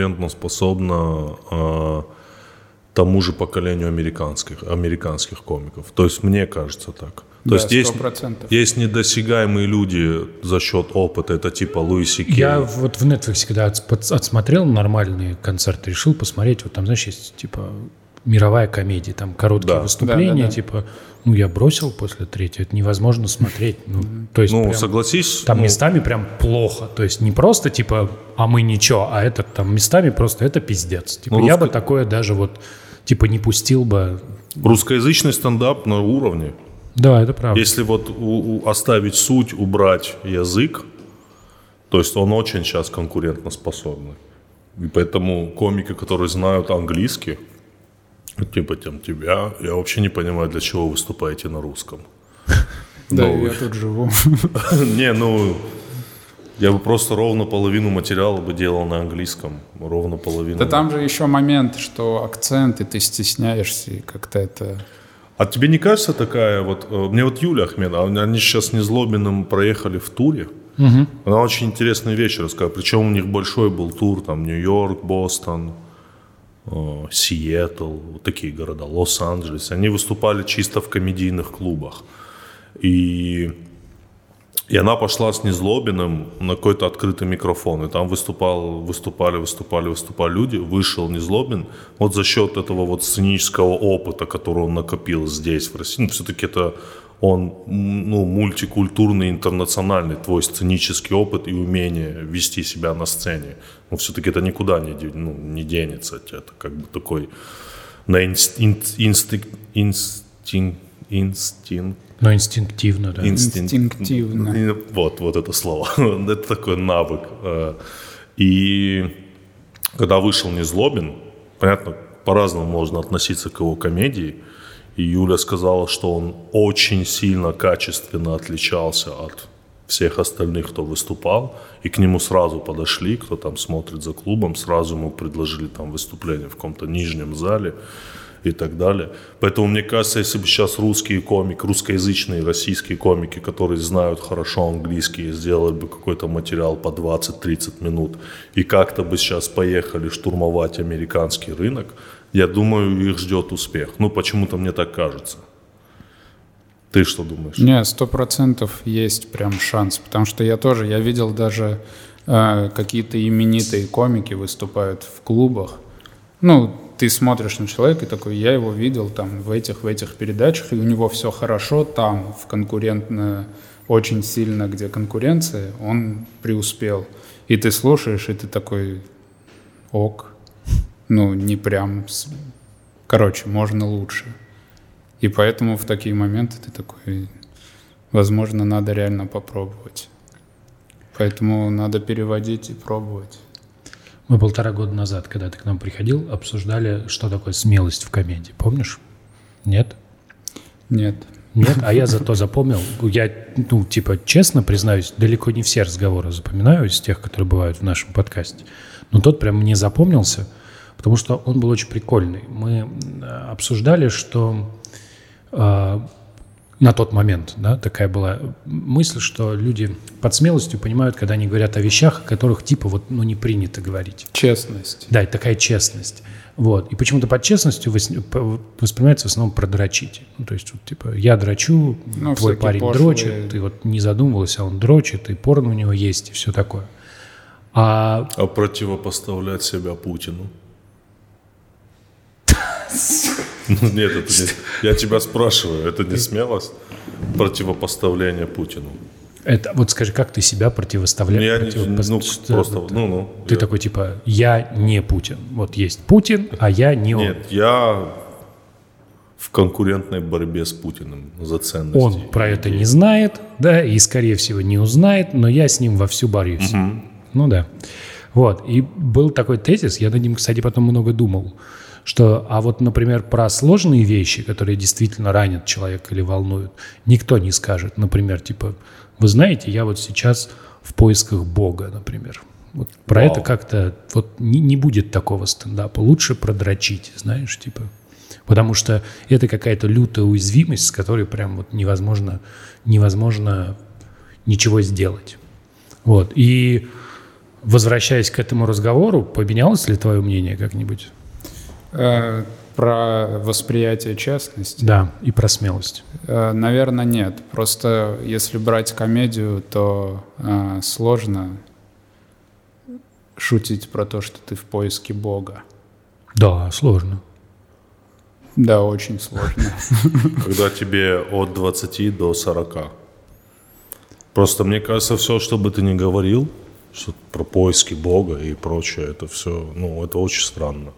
Speaker 1: тому же поколению американских комиков. То есть мне кажется так. То есть
Speaker 3: 100%.
Speaker 1: Есть недосягаемые люди за счет опыта, это типа Луи Си Кей.
Speaker 4: Я вот в Netflix, когда отсмотрел нормальные концерты, решил посмотреть, вот там, знаешь, есть типа мировая комедия, там короткие выступления, типа, я бросил после третьего, это невозможно смотреть. То есть прям,
Speaker 1: согласись.
Speaker 4: там местами прям плохо, то есть не просто типа, а мы ничего, а это там местами просто это пиздец. Типа, я бы такое даже вот, типа, не пустил бы.
Speaker 1: Русскоязычный стендап на уровне.
Speaker 4: Да, это правда.
Speaker 1: Если вот оставить суть, убрать язык, то есть он очень сейчас конкурентоспособный. И поэтому комики, которые знают английский, типа тебя, я вообще не понимаю, для чего вы выступаете на русском.
Speaker 3: Да, я тут живу.
Speaker 1: Я бы просто ровно половину материала бы делал на английском, ровно половину.
Speaker 3: Да там же еще момент, что акцент, и ты стесняешься, и как-то это...
Speaker 1: А тебе не кажется такая вот... Мне вот Юля Ахмедова, они сейчас с Незлобиным проехали в туре. Угу. Она очень интересные вещи рассказала. Причем у них большой был тур, там Нью-Йорк, Бостон, Сиэтл, вот такие города, Лос-Анджелес. Они выступали чисто в комедийных клубах. И она пошла с Незлобиным на какой-то открытый микрофон. И там выступали люди. Вышел Незлобин. Вот за счет этого вот сценического опыта, который он накопил здесь, в России. Все-таки это он мультикультурный, интернациональный. Твой сценический опыт и умение вести себя на сцене. Но все-таки это никуда не денется. Это как бы такой на инстинкт.
Speaker 4: Но инстинктивно, да.
Speaker 3: Инстинктивно.
Speaker 1: Вот это слово. Это такой навык. И когда вышел Незлобин, понятно, по-разному можно относиться к его комедии. И Юля сказала, что он очень сильно, качественно отличался от всех остальных, кто выступал. И к нему сразу подошли, кто там смотрит за клубом, сразу ему предложили там выступление в каком-то нижнем зале и так далее. Поэтому мне кажется, если бы сейчас русские комики, русскоязычные российские комики, которые знают хорошо английский, сделали бы какой-то материал по 20-30 минут и как-то бы сейчас поехали штурмовать американский рынок, я думаю, их ждет успех. Почему-то мне так кажется. Ты что думаешь?
Speaker 3: Не, 100% есть прям шанс, потому что я видел даже какие-то именитые комики выступают в клубах. Ты смотришь на человека и такой, я его видел там в этих передачах, и у него все хорошо там, в конкурентно, очень сильно, где конкуренция, он преуспел. И ты слушаешь, и ты такой, ок, не прям, можно лучше. И поэтому в такие моменты ты такой, возможно, надо реально попробовать. Поэтому надо переводить и пробовать.
Speaker 4: Мы 1,5 года назад, когда ты к нам приходил, обсуждали, что такое смелость в комедии. Помнишь? Нет?
Speaker 3: Нет.
Speaker 4: Нет? А я зато запомнил. Я, честно признаюсь, далеко не все разговоры запоминаю из тех, которые бывают в нашем подкасте. Но тот прям мне запомнился, потому что он был очень прикольный. Мы обсуждали, что на тот момент, такая была мысль, что люди под смелостью понимают, когда они говорят о вещах, о которых не принято говорить.
Speaker 3: Честность.
Speaker 4: Да, такая честность. Вот. И почему-то под честностью воспринимается в основном продрочить. То есть, я дрочу, твой парень дрочит, ты не задумывался, а он дрочит, и порно у него есть, и все такое. А
Speaker 1: противопоставлять себя Путину? Нет, это не... Я тебя спрашиваю, это не смелость? Противопоставление Путину.
Speaker 4: Это, скажи, как ты себя противоставляешь? Ты такой, я не Путин. Вот есть Путин, а я не он.
Speaker 1: Нет, я в конкурентной борьбе с Путиным за ценности.
Speaker 4: Он про это не знает, и, скорее всего, не узнает, но я с ним вовсю борюсь. Да. Вот, и был такой тезис, я над ним, кстати, потом много думал, что, например, про сложные вещи, которые действительно ранят человека или волнуют, никто не скажет. Например, вы знаете, я сейчас в поисках Бога, например. Вот про это как-то вот не будет такого стендапа. Лучше продрочить, знаешь, типа. Потому что это какая-то лютая уязвимость, с которой прям вот невозможно ничего сделать. Вот. И возвращаясь к этому разговору, поменялось ли твое мнение как-нибудь?
Speaker 3: Про восприятие честности?
Speaker 4: Да, и про смелость.
Speaker 3: Наверное, нет. Просто если брать комедию, то сложно шутить про то, что ты в поиске Бога.
Speaker 4: Да, сложно.
Speaker 3: Да, очень сложно.
Speaker 1: Когда тебе от 20 до 40. Просто мне кажется, все, что бы ты ни говорил, что про поиски Бога и прочее, это все, это очень странно.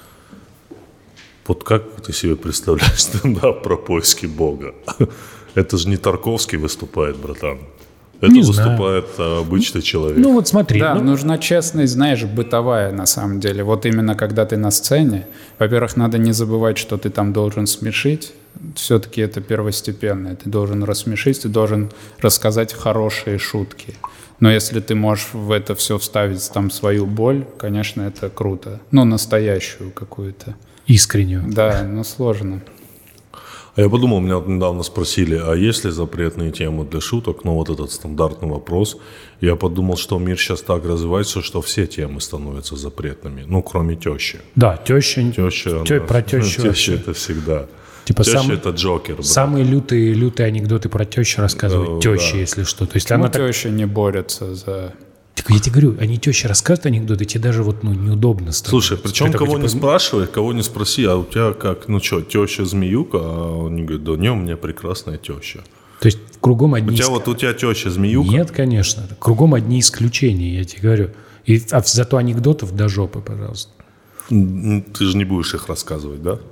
Speaker 1: Вот как ты себе представляешь стендап про поиски Бога? Это же не Тарковский выступает, братан. Это
Speaker 4: не
Speaker 1: выступает обычный человек.
Speaker 4: Ну вот смотри.
Speaker 3: Да, нужна честность, знаешь, бытовая на самом деле. Вот именно когда ты на сцене, во-первых, надо не забывать, что ты там должен смешить. Все-таки это первостепенное. Ты должен рассмешить, ты должен рассказать хорошие шутки. Но если ты можешь в это все вставить там свою боль, конечно, это круто. Настоящую какую-то.
Speaker 4: Искреннюю.
Speaker 3: Да, но сложно.
Speaker 1: А я подумал, меня вот недавно спросили, а есть ли запретные темы для шуток? Вот этот стандартный вопрос. Я подумал, что мир сейчас так развивается, что все темы становятся запретными. Кроме тещи.
Speaker 4: Да, теща. Про тещу.
Speaker 1: Теща это всегда.
Speaker 4: Типа
Speaker 1: теща это Джокер. Брат.
Speaker 4: Самые лютые анекдоты про тещу рассказывает теща, если что. То есть
Speaker 3: теща не борется за...
Speaker 4: Я тебе говорю, они теще рассказывают анекдоты, тебе даже неудобно становится.
Speaker 1: Слушай, причем кого не спрашивай, кого не спроси, а у тебя как, теща змеюка, а они говорят, да не, у меня прекрасная теща.
Speaker 4: То есть кругом одни...
Speaker 1: У тебя теща змеюка?
Speaker 4: Нет, конечно. Кругом одни исключения, я тебе говорю. А зато анекдотов до жопы, пожалуйста.
Speaker 1: Ты же не будешь их рассказывать, да?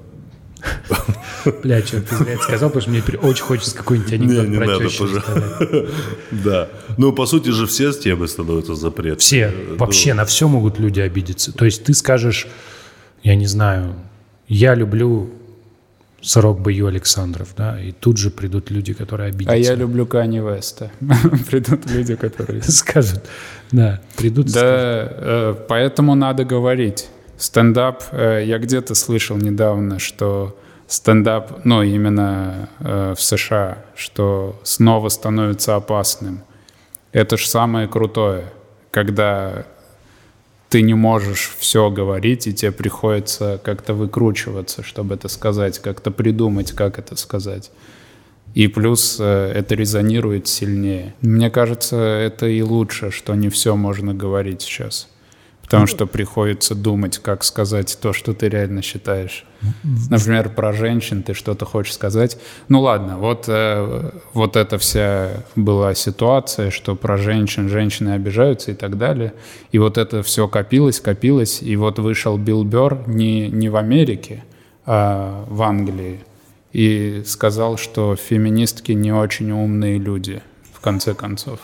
Speaker 4: Бля, что ты зря это сказал, потому что мне теперь очень хочется какой-нибудь анекдот про тещу рассказать.
Speaker 1: Да. По сути же все темы становятся запретными.
Speaker 4: Все. Вообще на все могут люди обидеться. То есть ты скажешь, я не знаю, я люблю Сорок Бою Александров, да, и тут же придут люди, которые обидятся.
Speaker 3: А я люблю Канье Веста. Придут люди, которые...
Speaker 4: Скажут, да, придут.
Speaker 3: Да, поэтому надо говорить. Стендап, я где-то слышал недавно, что стендап, именно в США, что снова становится опасным. Это же самое крутое, когда ты не можешь все говорить, и тебе приходится как-то выкручиваться, чтобы это сказать, как-то придумать, как это сказать. И плюс это резонирует сильнее. Мне кажется, это и лучше, что не все можно говорить сейчас. Потому что приходится думать, как сказать то, что ты реально считаешь. Например, про женщин ты что-то хочешь сказать. Ладно, вот эта вся была ситуация, что про женщины обижаются и так далее. И вот это все копилось, и вот вышел Билл Берр не в Америке, а в Англии. И сказал, что феминистки не очень умные люди, в конце концов.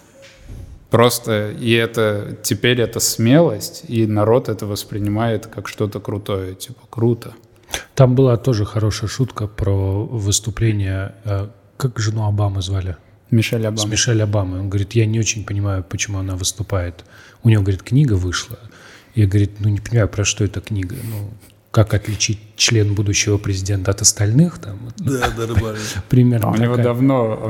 Speaker 3: Просто теперь это смелость, и народ это воспринимает как что-то крутое, типа круто.
Speaker 4: Там была тоже хорошая шутка про выступление, как жену Обамы звали?
Speaker 3: Мишель Обама.
Speaker 4: С Мишель Обамой. Он говорит, я не очень понимаю, почему она выступает. У него, говорит, книга вышла. Я, говорит, не понимаю, про что эта книга. Как отличить член будущего президента от остальных?
Speaker 1: Да, нормально.
Speaker 4: Примерно.
Speaker 3: У него давно...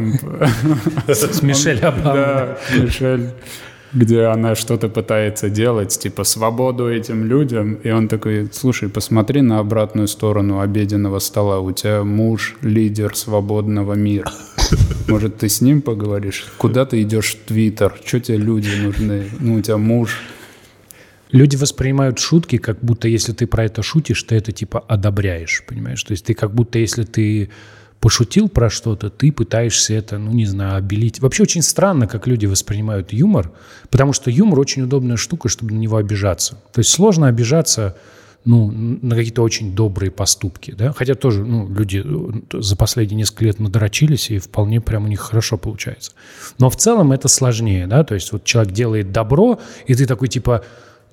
Speaker 4: С Мишель Обамой.
Speaker 3: Да, Мишель, где она что-то пытается делать, типа свободу этим людям. И он такой, слушай, посмотри на обратную сторону обеденного стола. У тебя муж, лидер свободного мира. Может, ты с ним поговоришь? Куда ты идешь в Твиттер? Что тебе люди нужны? У тебя муж...
Speaker 4: Люди воспринимают шутки, как будто если ты про это шутишь, ты это типа одобряешь, понимаешь? То есть ты как будто если ты пошутил про что-то, ты пытаешься это, обелить. Вообще очень странно, как люди воспринимают юмор, потому что юмор очень удобная штука, чтобы на него обижаться. То есть сложно обижаться на какие-то очень добрые поступки, да? Хотя тоже люди за последние несколько лет надрочились, и вполне прям у них хорошо получается. Но в целом это сложнее, да? То есть вот человек делает добро, и ты такой типа...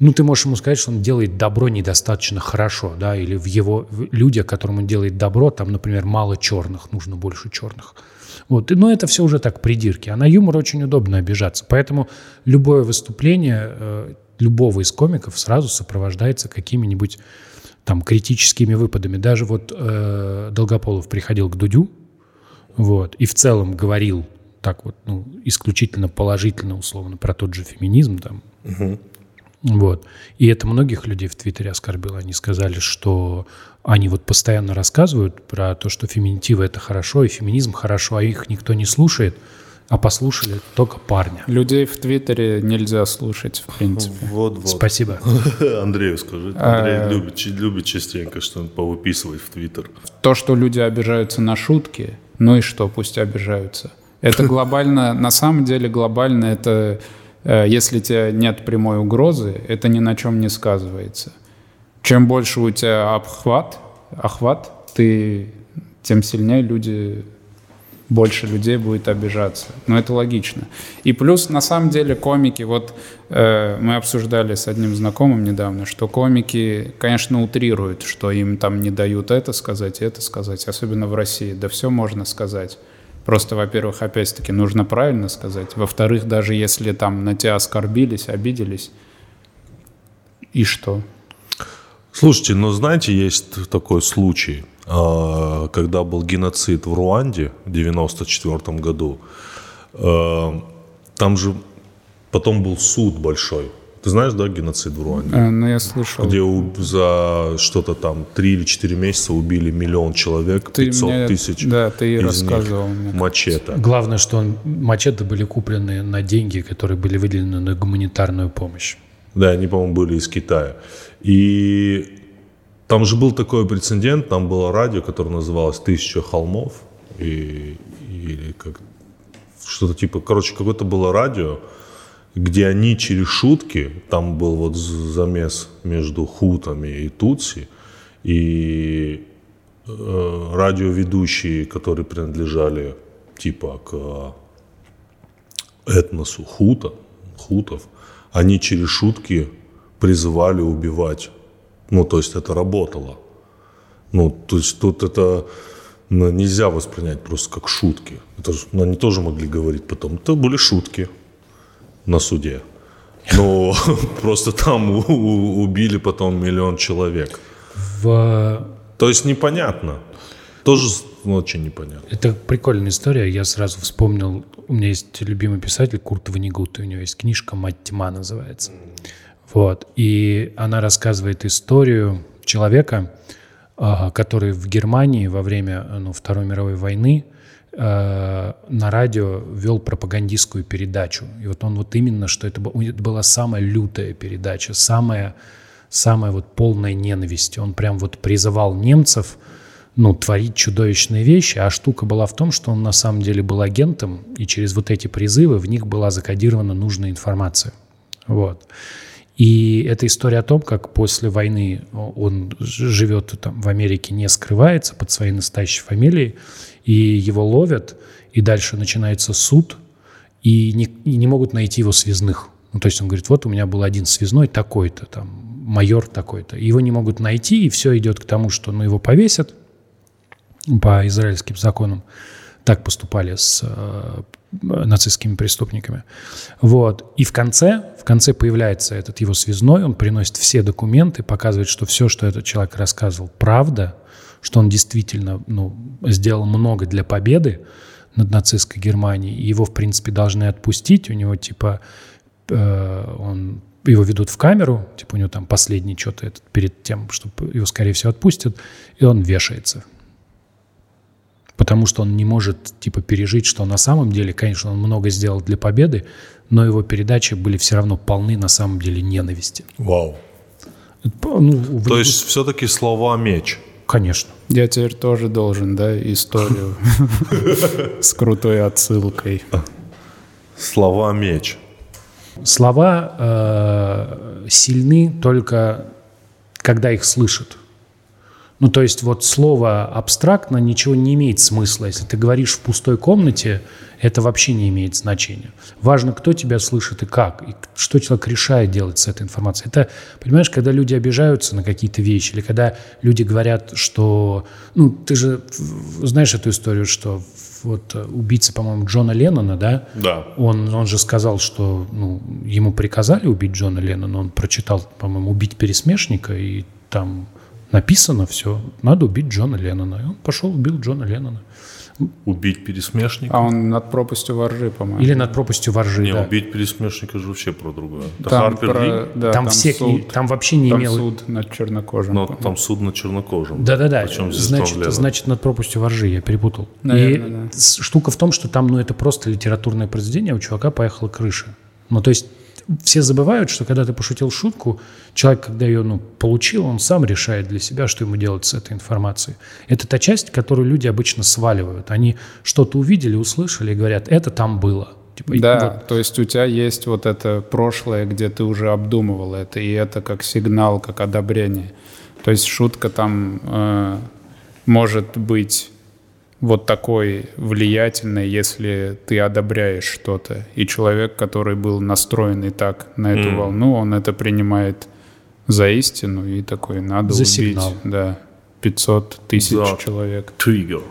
Speaker 4: ну, ты можешь ему сказать, что он делает добро недостаточно хорошо, да, или людях, которым он делает добро, там, например, мало черных, нужно больше черных. Вот. Но это все уже так придирки. А на юмор очень удобно обижаться. Поэтому любое выступление любого из комиков сразу сопровождается какими-нибудь там критическими выпадами. Даже вот Долгополов приходил к Дудю, вот, и в целом говорил так вот, ну, исключительно положительно, условно, про тот же феминизм там.
Speaker 1: Угу.
Speaker 4: Вот. И это многих людей в Твиттере оскорбило. Они сказали, что они вот постоянно рассказывают про то, что феминитивы — это хорошо, и феминизм хорошо, а их никто не слушает, а послушали только парня.
Speaker 3: Людей в Твиттере нельзя слушать, в принципе.
Speaker 1: Вот.
Speaker 4: Спасибо.
Speaker 1: Андрею скажи. Андрей любит частенько что-нибудь повыписывать в Твиттер.
Speaker 3: То, что люди обижаются на шутки, ну и что, пусть обижаются. Это глобально, на самом деле глобально это... Если у тебя нет прямой угрозы, это ни на чем не сказывается. Чем больше у тебя охват, тем сильнее больше людей будет обижаться. Но это логично. И плюс, на самом деле, комики, вот мы обсуждали с одним знакомым недавно, что комики, конечно, утрируют, что им там не дают это сказать, особенно в России. Да все можно сказать. Просто, во-первых, опять-таки, нужно правильно сказать. Во-вторых, даже если там на тебя оскорбились, обиделись, и что?
Speaker 1: Слушайте, ну, знаете, есть такой случай, когда был геноцид в Руанде в 1994 году. Там же потом был суд большой. Ты знаешь, да, геноцид в Руанде?
Speaker 3: Ну, я слышал.
Speaker 1: Где за что-то там 3 или 4 месяца убили 1 миллион человек, 500 тысяч.
Speaker 3: Да, ты и
Speaker 1: из
Speaker 3: рассказывал
Speaker 1: них
Speaker 3: мне.
Speaker 1: Мачете.
Speaker 4: Главное, что мачете были куплены на деньги, которые были выделены на гуманитарную помощь.
Speaker 1: Да, они, по-моему, были из Китая. И там же был такой прецедент, там было радио, которое называлось «1000 холмов». Или как что-то типа, короче, какое-то было радио, где они через шутки, там был вот замес между хутами и тутси, и радиоведущие, которые принадлежали типа к этносу хутов, они через шутки призывали убивать. Ну, то есть это работало. Ну, то есть тут это нельзя воспринять просто как шутки. Это, они тоже могли говорить потом, это были шутки на суде. Но просто там убили потом 1 миллион человек. То есть непонятно. Тоже очень непонятно.
Speaker 4: Это прикольная история. Я сразу вспомнил, у меня есть любимый писатель Курт Воннегут, и у него есть книжка «Мать тьма» называется. Вот. И она рассказывает историю человека, который в Германии во время Второй мировой войны на радио вел пропагандистскую передачу. И вот он вот именно, что это была самая лютая передача, самая вот полная ненависти. Он прям вот призывал немцев, творить чудовищные вещи, а штука была в том, что он на самом деле был агентом, и через вот эти призывы в них была закодирована нужная информация. Вот. И это история о том, как после войны он живет там в Америке, не скрывается под своей настоящей фамилией, и его ловят, и дальше начинается суд, и не могут найти его связных. То есть он говорит, вот у меня был один связной такой-то, там, майор такой-то. Его не могут найти, и все идет к тому, что его повесят по израильским законам. Так поступали с нацистскими преступниками. Вот. И в конце появляется этот его связной, он приносит все документы, показывает, что все, что этот человек рассказывал, правда, что он действительно сделал много для победы над нацистской Германией, и его, в принципе, должны отпустить. У него, его ведут в камеру, у него там последний что-то перед тем, чтобы его, скорее всего, отпустят, и он вешается. Потому что он не может, пережить, что на самом деле, конечно, он много сделал для победы, но его передачи были все равно полны на самом деле ненависти.
Speaker 1: Вау. То есть все-таки слова меч.
Speaker 4: Конечно.
Speaker 3: Я теперь тоже должен, историю с крутой отсылкой.
Speaker 1: Слова меч.
Speaker 4: Слова сильны только, когда их слышат. Ну, то есть вот слово абстрактно ничего не имеет смысла. Если ты говоришь в пустой комнате, это вообще не имеет значения. Важно, кто тебя слышит и как, и что человек решает делать с этой информацией. Это, понимаешь, когда люди обижаются на какие-то вещи, или когда люди говорят, что... Ну, ты же знаешь эту историю, что вот убийца, по-моему, Джона Леннона, да?
Speaker 1: Да.
Speaker 4: Он же сказал, что ему приказали убить Джона Леннона, он прочитал, по-моему, «Убить пересмешника», и там... Написано все, надо убить Джона Леннона. И он пошел, убил Джона Леннона.
Speaker 1: Убить пересмешника?
Speaker 3: А он над пропастью воржи, по-моему.
Speaker 4: Или над пропастью воржи,
Speaker 1: Не,
Speaker 4: да.
Speaker 1: убить пересмешника же вообще про другое. Это
Speaker 3: Там,
Speaker 1: Харпер Ли?
Speaker 3: да,
Speaker 4: там вообще не
Speaker 3: там
Speaker 4: имело...
Speaker 3: суд над чернокожим.
Speaker 1: Но там суд над чернокожим.
Speaker 4: Да-да-да,
Speaker 1: Причем здесь Джон Леннон?
Speaker 4: значит над пропастью воржи, я перепутал.
Speaker 3: Наверное,
Speaker 4: И штука в том, что там, это просто литературное произведение, а у чувака поехала крыша. Ну, то есть все забывают, что когда ты пошутил шутку, человек, когда ее получил, он сам решает для себя, что ему делать с этой информацией. Это та часть, которую люди обычно сваливают. Они что-то увидели, услышали и говорят, это там было. Типа,
Speaker 3: да,
Speaker 4: вот.
Speaker 3: то есть у тебя есть вот это прошлое, где ты уже обдумывал это, и это как сигнал, как одобрение. То есть шутка там может быть вот такой влиятельной, если ты одобряешь что-то. И человек, который был настроен и так на эту волну, он это принимает за истину и такой, надо
Speaker 4: за
Speaker 3: убить.
Speaker 4: Сигнал.
Speaker 3: Да, 500 тысяч человек.
Speaker 1: Триггер.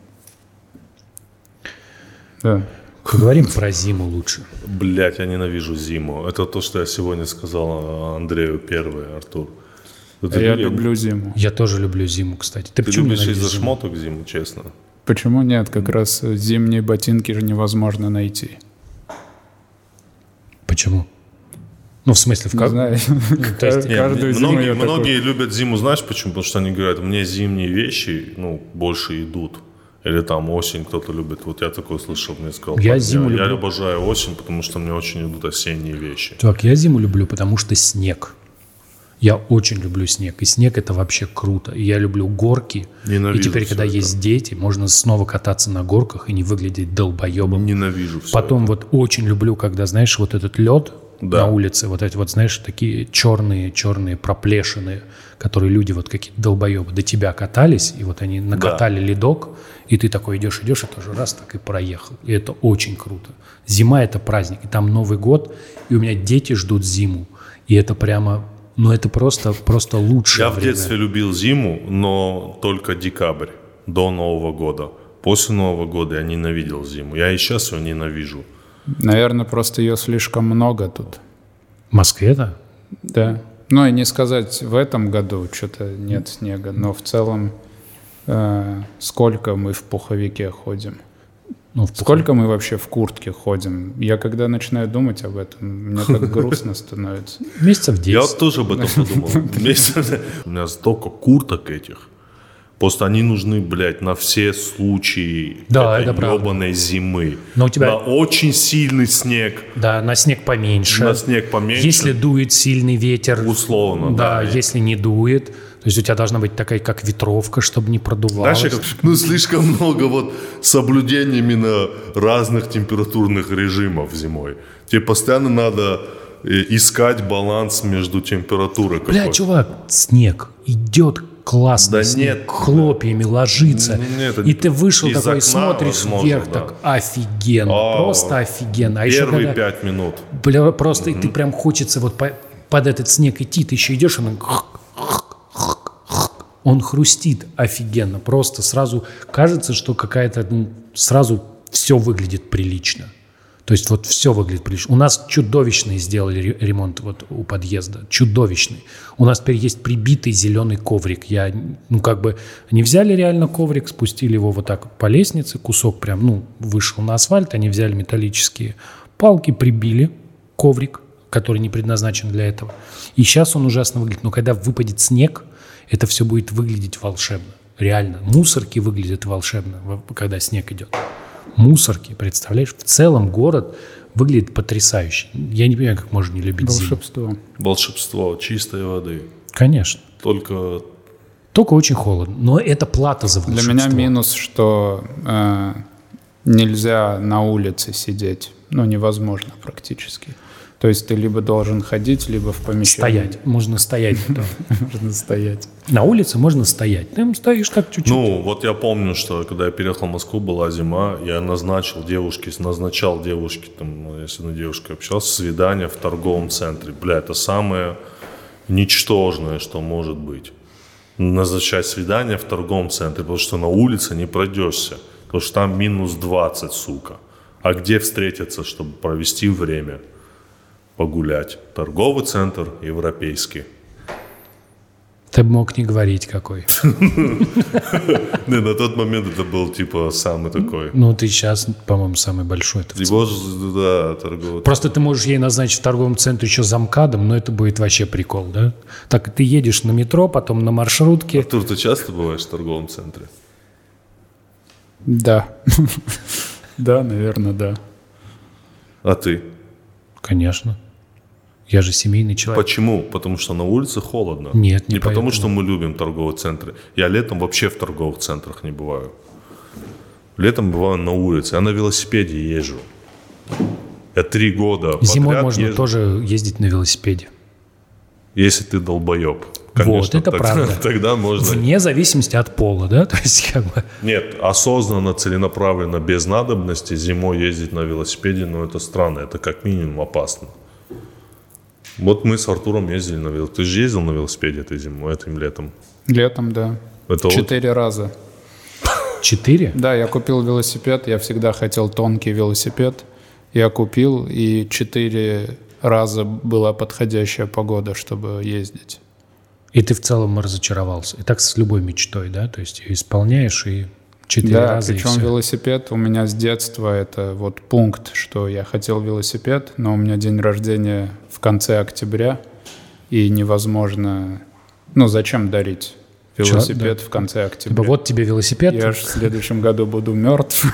Speaker 3: Да.
Speaker 4: Поговорим про зиму лучше.
Speaker 1: Блять, я ненавижу зиму. Это то, что я сегодня сказал Андрею первый, Артур.
Speaker 3: Я люблю зиму.
Speaker 4: Я тоже люблю зиму, кстати.
Speaker 1: Ты
Speaker 4: почему
Speaker 1: любишь
Speaker 4: ненавидишь
Speaker 1: из-за
Speaker 4: зиму?
Speaker 1: шмоток зиму, честно?
Speaker 3: Почему нет? Как раз зимние ботинки же невозможно найти.
Speaker 4: Почему? Ну, в смысле,
Speaker 3: Не знаю.
Speaker 4: То есть,
Speaker 3: Каждую зиму я такой...
Speaker 1: Многие любят зиму, знаешь почему? Потому что они говорят, мне зимние вещи больше идут. Или там осень кто-то любит. Вот я такое слышал, мне сказал.
Speaker 4: Я зиму люблю.
Speaker 1: Я обожаю осень, потому что мне очень идут осенние вещи.
Speaker 4: Чувак, я зиму люблю, потому что снег. Я очень люблю снег. И снег — это вообще круто. И я люблю горки.
Speaker 1: Ненавижу
Speaker 4: и теперь,
Speaker 1: всё
Speaker 4: когда
Speaker 1: это.
Speaker 4: есть дети, можно снова кататься на горках и не выглядеть долбоебом.
Speaker 1: Ненавижу все.
Speaker 4: Потом вот очень люблю, когда, знаешь, вот этот лед
Speaker 1: Да.
Speaker 4: на улице, вот эти вот, знаешь, такие черные проплешины, которые люди вот какие-то долбоебы до тебя катались, и вот они накатали ледок, и ты такой идешь, и тоже раз так и проехал. И это очень круто. Зима — это праздник, и там Новый год, и у меня дети ждут зиму. И это прямо, это просто лучшее
Speaker 1: Я в
Speaker 4: время.
Speaker 1: детстве любил зиму, но только декабрь, до Нового года. После Нового года я ненавидел зиму. Я и сейчас ее ненавижу.
Speaker 3: Наверное, просто ее слишком много тут.
Speaker 4: В Москве, да?
Speaker 3: Да. Ну и не сказать, в этом году что-то нет снега, но в целом сколько мы в пуховике ходим? Сколько мы вообще в куртке ходим? Я когда начинаю думать об этом, мне так грустно становится.
Speaker 4: Месяцев 10.
Speaker 1: Я вот тоже об этом подумал. У меня столько курток этих. Просто они нужны, блядь, на все случаи
Speaker 4: Да,
Speaker 1: этой
Speaker 4: это правда.
Speaker 1: ебаной зимы.
Speaker 4: Но у тебя-
Speaker 1: На очень сильный снег.
Speaker 4: Да, на снег поменьше.
Speaker 1: На снег поменьше.
Speaker 4: Если дует сильный ветер.
Speaker 1: Условно, да.
Speaker 4: Если не дует. То есть у тебя должна быть такая, как ветровка, чтобы не продувалось.
Speaker 1: Знаешь, слишком много соблюдений именно разных температурных режимов зимой. Тебе постоянно надо искать баланс между температурой.
Speaker 4: Бля,
Speaker 1: какой.
Speaker 4: чувак, снег идет классно,
Speaker 1: Да
Speaker 4: снег
Speaker 1: нет.
Speaker 4: хлопьями ложится.
Speaker 1: Нет,
Speaker 4: И ты вышел
Speaker 1: из
Speaker 4: такой,
Speaker 1: окна,
Speaker 4: смотришь
Speaker 1: возможно,
Speaker 4: вверх,
Speaker 1: да.
Speaker 4: так офигенно, просто офигенно. А еще
Speaker 1: Первые
Speaker 4: когда,
Speaker 1: 5 минут.
Speaker 4: бля, просто и ты прям хочется вот под этот снег идти, ты еще идешь, он хрустит офигенно. Просто сразу кажется, что какая-то, сразу все выглядит прилично. То есть вот все выглядит прилично. У нас чудовищный сделали ремонт вот у подъезда. Чудовищный. У нас теперь есть прибитый зеленый коврик. Они взяли реально коврик, спустили его вот так по лестнице, кусок прям, вышел на асфальт, они взяли металлические палки, прибили коврик, который не предназначен для этого. И сейчас он ужасно выглядит. Но когда выпадет снег, это все будет выглядеть волшебно. Реально. Мусорки выглядят волшебно, когда снег идет. Мусорки, представляешь? В целом город выглядит потрясающе. Я не понимаю, как можно не любить зиму.
Speaker 3: Волшебство.
Speaker 1: Волшебство чистой воды.
Speaker 4: Конечно.
Speaker 1: Только
Speaker 4: очень холодно. Но это плата за волшебство.
Speaker 3: Для меня минус, что нельзя на улице сидеть. Невозможно практически. То есть ты либо должен ходить, либо в помещении.
Speaker 4: Стоять. Можно стоять.
Speaker 3: Можно стоять.
Speaker 4: На улице можно стоять. Ты стоишь так чуть-чуть.
Speaker 1: Ну, вот я помню, что когда я переехал в Москву, была зима, я назначал девушке, там, если на девушке общался, свидание в торговом центре. Бля, это самое ничтожное, что может быть. Назначать свидание в торговом центре, потому что на улице не пройдешься, потому что там минус 20, сука. А где встретиться, чтобы провести время? Погулять. Торговый центр европейский.
Speaker 4: Ты мог не говорить какой.
Speaker 1: Не, на тот момент это был типа самый такой.
Speaker 4: Ну, ты сейчас, по-моему, самый большой.
Speaker 1: Его, да, торговый.
Speaker 4: Просто ты можешь ей назначить в торговом центре еще замкадом, но это будет вообще прикол, да? Так ты едешь на метро, потом на маршрутке.
Speaker 1: Артур, ты часто бываешь в торговом центре?
Speaker 3: Да. Да, наверное, да.
Speaker 1: А ты?
Speaker 4: Конечно. Я же семейный человек.
Speaker 1: Почему? Потому что на улице холодно.
Speaker 4: Нет, не
Speaker 1: потому,
Speaker 4: поэтому.
Speaker 1: что мы любим торговые центры. Я летом вообще в торговых центрах не бываю. Летом бываю на улице. Я на велосипеде езжу. Я 3 года подряд
Speaker 4: Зимой можно
Speaker 1: езжу.
Speaker 4: тоже ездить на велосипеде.
Speaker 1: Если ты долбоеб. Конечно,
Speaker 4: Вот, это правда.
Speaker 1: Тогда можно.
Speaker 4: Вне зависимости от пола, да? То есть, как бы...
Speaker 1: Нет, осознанно, целенаправленно, без надобности зимой ездить на велосипеде, но это странно, это как минимум опасно. Вот мы с Артуром ездили на велосипеде. Ты же ездил на велосипеде этой зимой, этим летом?
Speaker 3: Летом, да.
Speaker 1: Это
Speaker 3: 4 раза.
Speaker 4: 4?
Speaker 3: Да, я купил велосипед, я всегда хотел тонкий велосипед. Я купил, и 4 раза была подходящая погода, чтобы ездить.
Speaker 4: И ты в целом разочаровался. И так с любой мечтой, да? То есть ее исполняешь и 4 раза и
Speaker 3: причем
Speaker 4: все.
Speaker 3: велосипед у меня с детства, это вот пункт, что я хотел велосипед, но у меня день рождения в конце октября, и невозможно... Ну, зачем дарить велосипед в конце октября?
Speaker 4: Типа, вот тебе велосипед.
Speaker 3: Я же в следующем году буду мертв.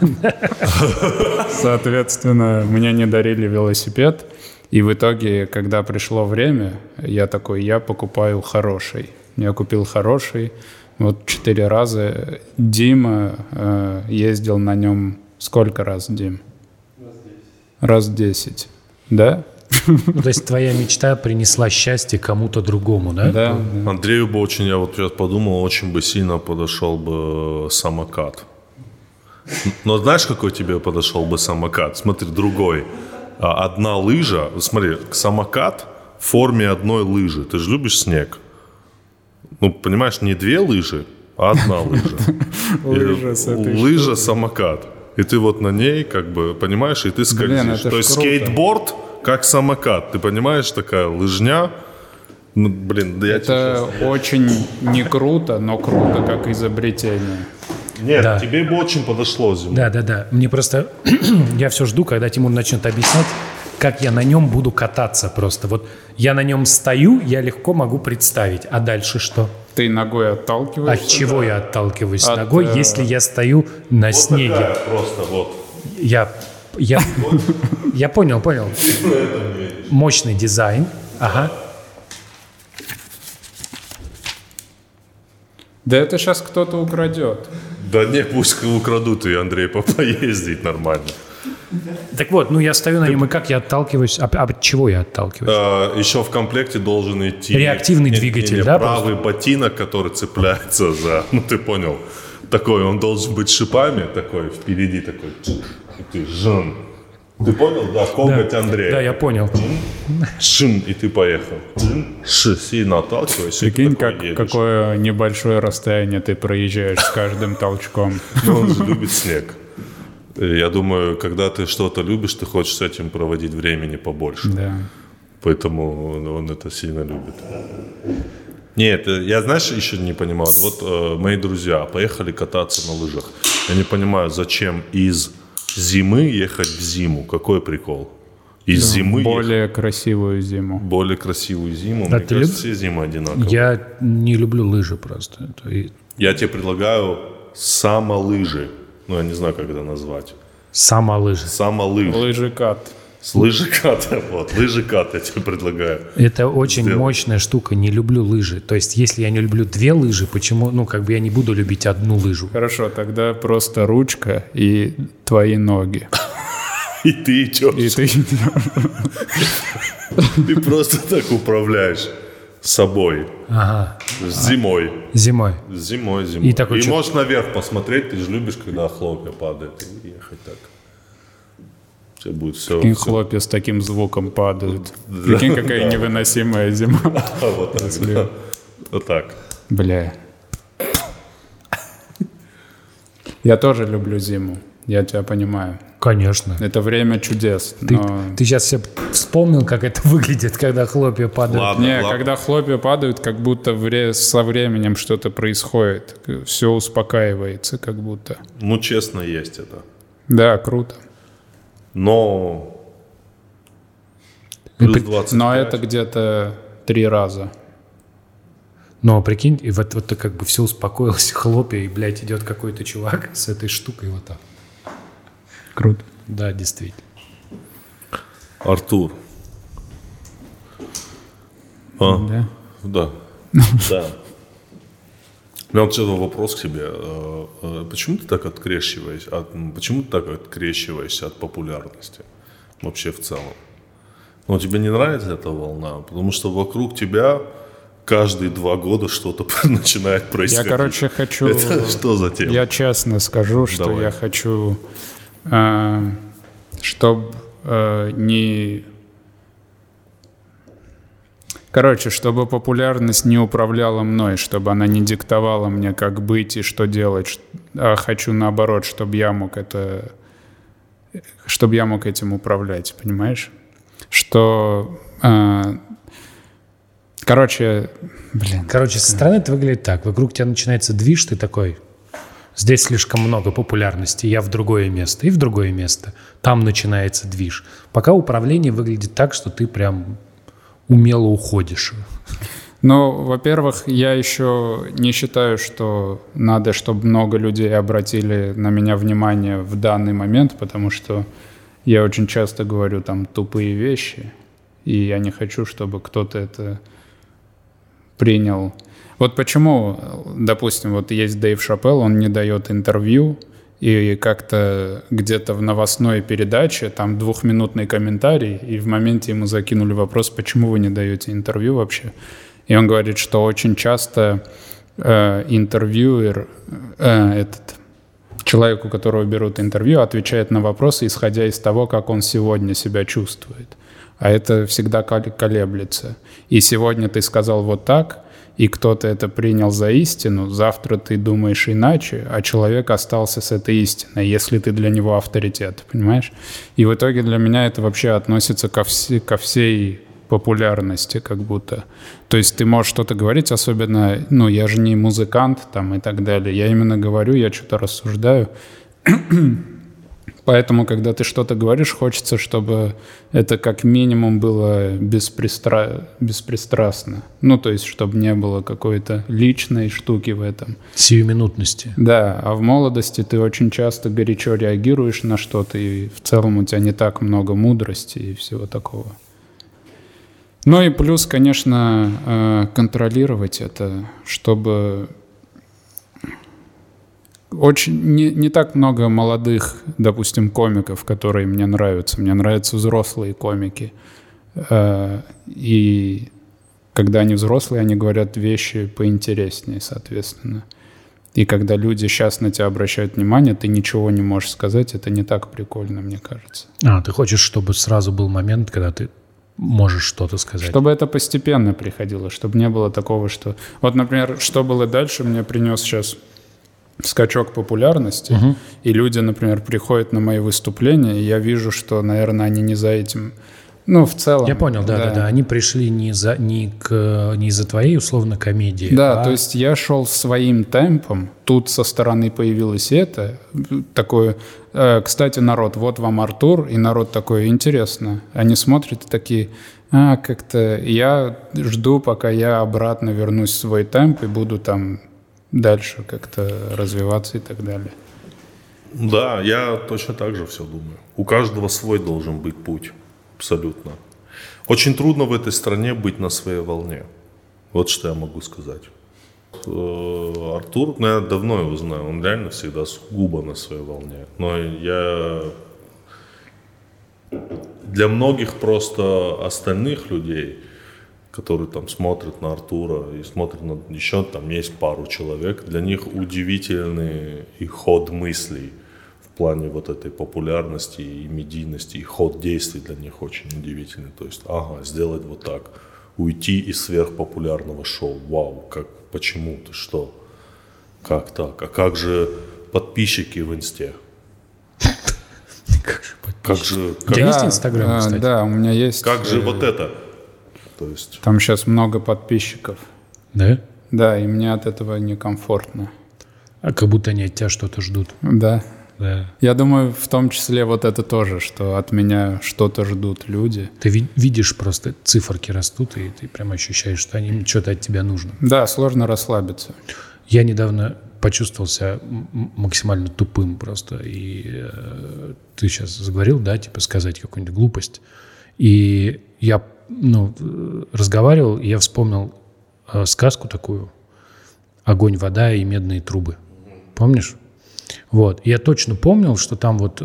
Speaker 3: Соответственно, мне не дарили велосипед. И в итоге, когда пришло время, я такой, я покупаю хороший. Я купил хороший. Вот 4 раза. Дима ездил на нем сколько раз, Дим? Раз 10. Да?
Speaker 4: Ну, то есть твоя мечта принесла счастье кому-то другому, да?
Speaker 3: Да.
Speaker 1: Андрею бы очень, я вот сейчас подумал, очень бы сильно подошел бы самокат. Но знаешь, какой тебе подошел бы самокат? Смотри, другой. Одна лыжа, смотри, самокат в форме одной лыжи. Ты же любишь снег? Ну, понимаешь, не 2 лыжи, а одна лыжа. Лыжа, самокат. И ты вот на ней, как бы, понимаешь, и ты скользишь. То есть скейтборд как самокат. Ты понимаешь, такая лыжня. Ну, блин, да я
Speaker 3: Это очень не круто, но круто как изобретение.
Speaker 1: Нет,
Speaker 4: Да.
Speaker 1: тебе бы очень подошло зимой.
Speaker 4: Да. Мне просто... я все жду, когда Тимур начнет объяснять, как я на нем буду кататься просто. Вот я на нем стою, я легко могу представить. А дальше что?
Speaker 3: Ты ногой отталкиваешься.
Speaker 4: От чего я отталкиваюсь
Speaker 3: От,
Speaker 4: ногой, если я стою на снеге?
Speaker 1: Такая просто вот.
Speaker 4: Я понял. Мощный дизайн. Ага.
Speaker 3: Да это сейчас кто-то украдет.
Speaker 1: Да не, пусть украдут, и Андрей поездить нормально.
Speaker 4: Так вот, я стою на нем, и как я отталкиваюсь? От чего я отталкиваюсь?
Speaker 1: Еще в комплекте должен идти...
Speaker 4: Реактивный двигатель, да,
Speaker 1: правый ботинок, который цепляется за... Ну, ты понял. Такой, он должен быть шипами, такой, впереди такой. И ты жен. Ты понял? Да, коготь Андрея.
Speaker 4: Да, я понял.
Speaker 1: Шин, и ты поехал. Сильно отталкивайся.
Speaker 3: Прикинь, какое небольшое расстояние ты проезжаешь с каждым толчком.
Speaker 1: Он же любит снег. Я думаю, когда ты что-то любишь, ты хочешь с этим проводить времени побольше.
Speaker 3: Да.
Speaker 1: Поэтому он это сильно любит. Нет, я, знаешь, еще не понимал. Вот мои друзья поехали кататься на лыжах. Я не понимаю, зачем из зимы ехать в зиму. Какой прикол? Из зимы
Speaker 3: более красивую зиму.
Speaker 1: Более красивую зиму.
Speaker 4: Да,
Speaker 1: Мне
Speaker 4: ты
Speaker 1: кажется, все зимы одинаковые.
Speaker 4: Я не люблю лыжи просто.
Speaker 1: Я тебе предлагаю самолыжи. Ну, я не знаю, как это назвать.
Speaker 4: Самолыжи.
Speaker 1: Самолыжи.
Speaker 3: Лыжекат.
Speaker 1: С лыжеката. Вот, лыжекат я тебе предлагаю.
Speaker 4: Это очень мощная штука. Не люблю лыжи. То есть, если я не люблю 2 лыжи, почему, я не буду любить одну лыжу?
Speaker 3: Хорошо, тогда просто ручка и твои ноги.
Speaker 1: И ты идешь.
Speaker 3: И ты
Speaker 1: Ты просто так управляешь собой.
Speaker 4: Ага.
Speaker 1: Зимой.
Speaker 4: Зимой.
Speaker 1: Зимой.
Speaker 4: И такой чё-
Speaker 1: можешь наверх посмотреть, ты же любишь, когда хлопья падают, и ехать так. Все будет все.
Speaker 3: Прикинь, хлопья с таким звуком падают. Прикинь, какая невыносимая зима.
Speaker 1: Вот так. Да. Вот так.
Speaker 3: Бля. Я тоже люблю зиму. Я тебя понимаю.
Speaker 4: Конечно.
Speaker 3: Это время чудес. Но...
Speaker 4: Ты сейчас себе вспомнил, как это выглядит, когда хлопья падают.
Speaker 1: Ладно,
Speaker 3: Не,
Speaker 1: ладно.
Speaker 3: когда хлопья падают, как будто со временем что-то происходит. Все успокаивается, как будто.
Speaker 1: Ну, честно, есть это.
Speaker 3: Да, круто.
Speaker 1: Но... Плюс 25.
Speaker 3: Но это где-то 3 раза.
Speaker 4: Но прикинь, и вот ты как бы все успокоилось, хлопья, и, блядь, идет какой-то чувак с этой штукой вот так.
Speaker 3: Круто.
Speaker 4: Да, действительно.
Speaker 1: Артур.
Speaker 3: Да?
Speaker 1: Да. Да. У меня вот что-то вопрос к тебе. Почему ты так открещиваешься от популярности вообще в целом? Ну, тебе не нравится эта волна? Потому что вокруг тебя каждые 2 года что-то начинает
Speaker 3: Я,
Speaker 1: происходить.
Speaker 3: короче, хочу...
Speaker 1: Это что за тема?
Speaker 3: Я честно скажу, что
Speaker 1: Давай.
Speaker 3: я хочу, чтобы не... Короче, чтобы популярность не управляла мной, чтобы она не диктовала мне, как быть и что делать. А хочу наоборот, чтобы я мог этим управлять, понимаешь? Что... Короче,
Speaker 4: со стороны это выглядит так. Вокруг тебя начинается движ, ты такой, здесь слишком много популярности, я в другое место, и в другое место. Там начинается движ. Пока управление выглядит так, что ты прям умело уходишь.
Speaker 3: Ну, во-первых, я еще не считаю, что надо, чтобы много людей обратили на меня внимание в данный момент, потому что я очень часто говорю там тупые вещи, и я не хочу, чтобы кто-то это принял. Вот почему, допустим, вот есть Дэйв Шапелл, он не дает интервью, и как-то где-то в новостной передаче там 2-минутный комментарий, и в моменте ему закинули вопрос, почему вы не даете интервью вообще. И он говорит, что очень часто интервьюер, человек, у которого берут интервью, отвечает на вопросы, исходя из того, как он сегодня себя чувствует. А это всегда колеблется. И сегодня ты сказал вот так, и кто-то это принял за истину, завтра ты думаешь иначе, а человек остался с этой истиной, если ты для него авторитет, понимаешь? И в итоге для меня это вообще относится ко всей популярности как будто. То есть ты можешь что-то говорить, особенно, ну, я же не музыкант там и так далее, я именно говорю, я что-то рассуждаю. Поэтому, когда ты что-то говоришь, хочется, чтобы это как минимум было беспристрастно. Ну, то есть, чтобы не было какой-то личной штуки в этом.
Speaker 4: Сиюминутности.
Speaker 3: Да, а в молодости ты очень часто горячо реагируешь на что-то, и в целом у тебя не так много мудрости и всего такого. Ну и плюс, конечно, контролировать это, чтобы... Очень не так много молодых, допустим, комиков, которые мне нравятся. Мне нравятся взрослые комики. И когда они взрослые, они говорят вещи поинтереснее, соответственно. И когда люди сейчас на тебя обращают внимание, ты ничего не можешь сказать, это не так прикольно, мне кажется.
Speaker 4: Ты хочешь, чтобы сразу был момент, когда ты можешь что-то сказать?
Speaker 3: Чтобы это постепенно приходило, чтобы не было такого, что... Вот, например, что было дальше, мне принес сейчас... скачок популярности, и люди, например, приходят на мои выступления, и я вижу, что, наверное, они не за этим, ну, в целом.
Speaker 4: Я понял, да. Они пришли не из-за твоей, условно, комедии.
Speaker 3: Да, то есть я шел своим темпом, тут со стороны появилось это, такое, кстати, народ, вот вам Артур, и народ такой, интересно. Они смотрят и такие, как-то я жду, пока я обратно вернусь в свой темп и буду там дальше как-то развиваться и так далее.
Speaker 1: Да, я точно так же все думаю. У каждого свой должен быть путь. Абсолютно. Очень трудно в этой стране быть на своей волне. Вот что я могу сказать. Артур, я давно его знаю, он реально всегда сугубо на своей волне. Но Для многих просто остальных людей, которые там смотрят на Артура и смотрят на еще там есть пару человек, для них удивительный и ход мыслей в плане вот этой популярности и медийности, и ход действий для них очень удивительный. То есть, сделать вот так, уйти из сверхпопулярного шоу. Вау, как, почему, ты что? Как так? А как же подписчики в Инсте? Как же...
Speaker 4: У тебя есть Инстаграм, кстати?
Speaker 3: Да, у меня есть.
Speaker 1: Как же вот это? То есть...
Speaker 3: Там сейчас много подписчиков.
Speaker 4: Да?
Speaker 3: Да, и мне от этого некомфортно.
Speaker 4: А как будто они от тебя что-то ждут.
Speaker 3: Да.
Speaker 4: Да.
Speaker 3: Я думаю, в том числе вот это тоже, что от меня что-то ждут люди.
Speaker 4: Ты видишь просто циферки растут, и ты прям ощущаешь, что они что-то от тебя нужно.
Speaker 3: Да, сложно расслабиться.
Speaker 4: Я недавно почувствовал себя максимально тупым просто. И ты сейчас заговорил, да, типа сказать какую-нибудь глупость. И я разговаривал, и я вспомнил сказку такую «Огонь, вода и медные трубы». Помнишь? Вот. И я точно помнил, что там вот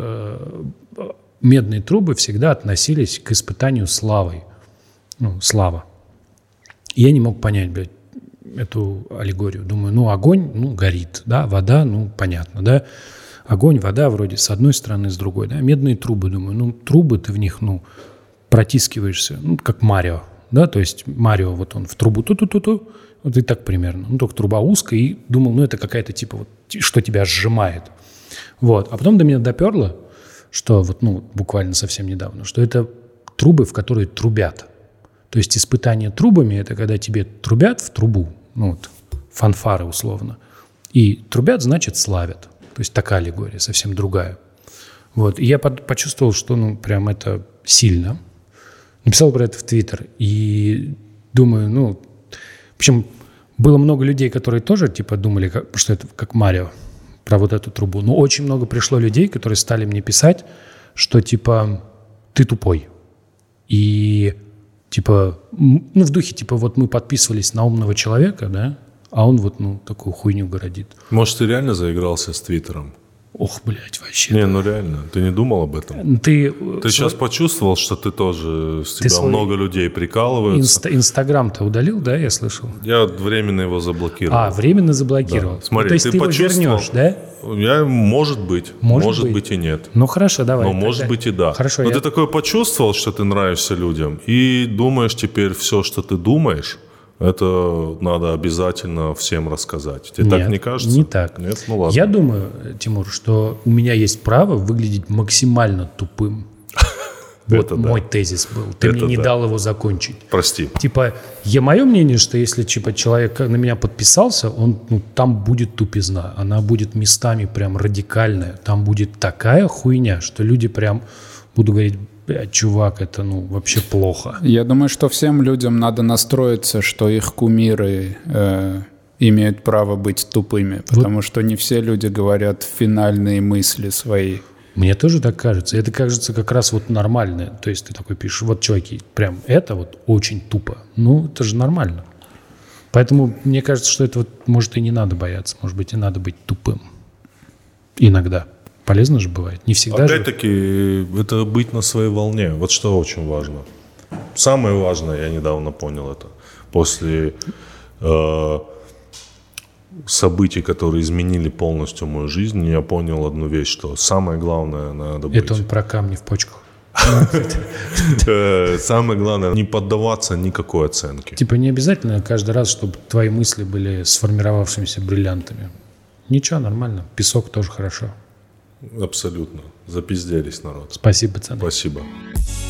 Speaker 4: медные трубы всегда относились к испытанию славой. Слава. И я не мог понять, блядь, эту аллегорию. Думаю, огонь, горит, да, вода, понятно, да. Огонь, вода вроде с одной стороны, с другой, да. Медные трубы, думаю, трубы ты в них, протискиваешься, как Марио, да, то есть Марио, вот он в трубу ту-ту-ту-ту, вот и так примерно. Только труба узкая, и думал, это какая-то типа вот, что тебя сжимает. Вот. А потом до меня доперло, что вот, буквально совсем недавно, что это трубы, в которые трубят. То есть испытание трубами – это когда тебе трубят в трубу, фанфары условно. И трубят, значит, славят. То есть такая аллегория, совсем другая. Вот. И я почувствовал, что, прям это сильно. Написал про это в Твиттер. И думаю, в общем, было много людей, которые тоже, типа, думали, что это как Марио, про вот эту трубу. Но очень много пришло людей, которые стали мне писать, что, типа, ты тупой. И... Типа, в духе, типа, вот мы подписывались на умного человека, да, а он вот, такую хуйню городит.
Speaker 1: Может, ты реально заигрался с Твиттером?
Speaker 4: Ох, блядь, вообще.
Speaker 1: Не, реально, ты не думал об этом? Ты сейчас почувствовал, что ты тоже, с тебя много людей прикалываются?
Speaker 4: Инстаграм-то удалил, да, я слышал?
Speaker 1: Я временно его заблокировал.
Speaker 4: Временно заблокировал.
Speaker 1: Да. Смотри,
Speaker 4: то есть ты его вернешь, да?
Speaker 1: Может быть. Может быть и нет.
Speaker 4: Хорошо, давай.
Speaker 1: Может быть и да.
Speaker 4: Хорошо,
Speaker 1: но ты такое почувствовал, что ты нравишься людям, и думаешь теперь все, что ты думаешь, это надо обязательно всем рассказать. Тебе так не кажется?
Speaker 4: Не так.
Speaker 1: Нет? Ну ладно.
Speaker 4: Я думаю, Тимур, что у меня есть право выглядеть максимально тупым. Вот мой тезис был. Ты мне не дал его закончить.
Speaker 1: Прости.
Speaker 4: Типа, мое мнение, что если человек на меня подписался, он, там будет тупизна. Она будет местами прям радикальная. Там будет такая хуйня, что люди прям будут говорить: чувак, это вообще плохо.
Speaker 3: Я думаю, что всем людям надо настроиться, что их кумиры имеют право быть тупыми, потому что не все люди говорят финальные мысли свои.
Speaker 4: Мне тоже так кажется. Это кажется как раз вот нормально. То есть ты такой пишешь: вот, чуваки, прям это вот очень тупо. Это же нормально. Поэтому мне кажется, что это вот, может, и не надо бояться. Может быть, и надо быть тупым. Иногда. Полезно же бывает. Не всегда же.
Speaker 1: Опять-таки, это быть на своей волне. Вот что очень важно. Самое важное, я недавно понял это. После событий, которые изменили полностью мою жизнь, я понял одну вещь, что самое главное надо быть...
Speaker 4: Это он про камни в почках.
Speaker 1: Самое главное, не поддаваться никакой оценке.
Speaker 4: Типа не обязательно каждый раз, чтобы твои мысли были сформировавшимися бриллиантами. Ничего, нормально. Песок тоже хорошо.
Speaker 1: Абсолютно. Запизделись, народ.
Speaker 4: Спасибо, пацаны.
Speaker 1: Спасибо.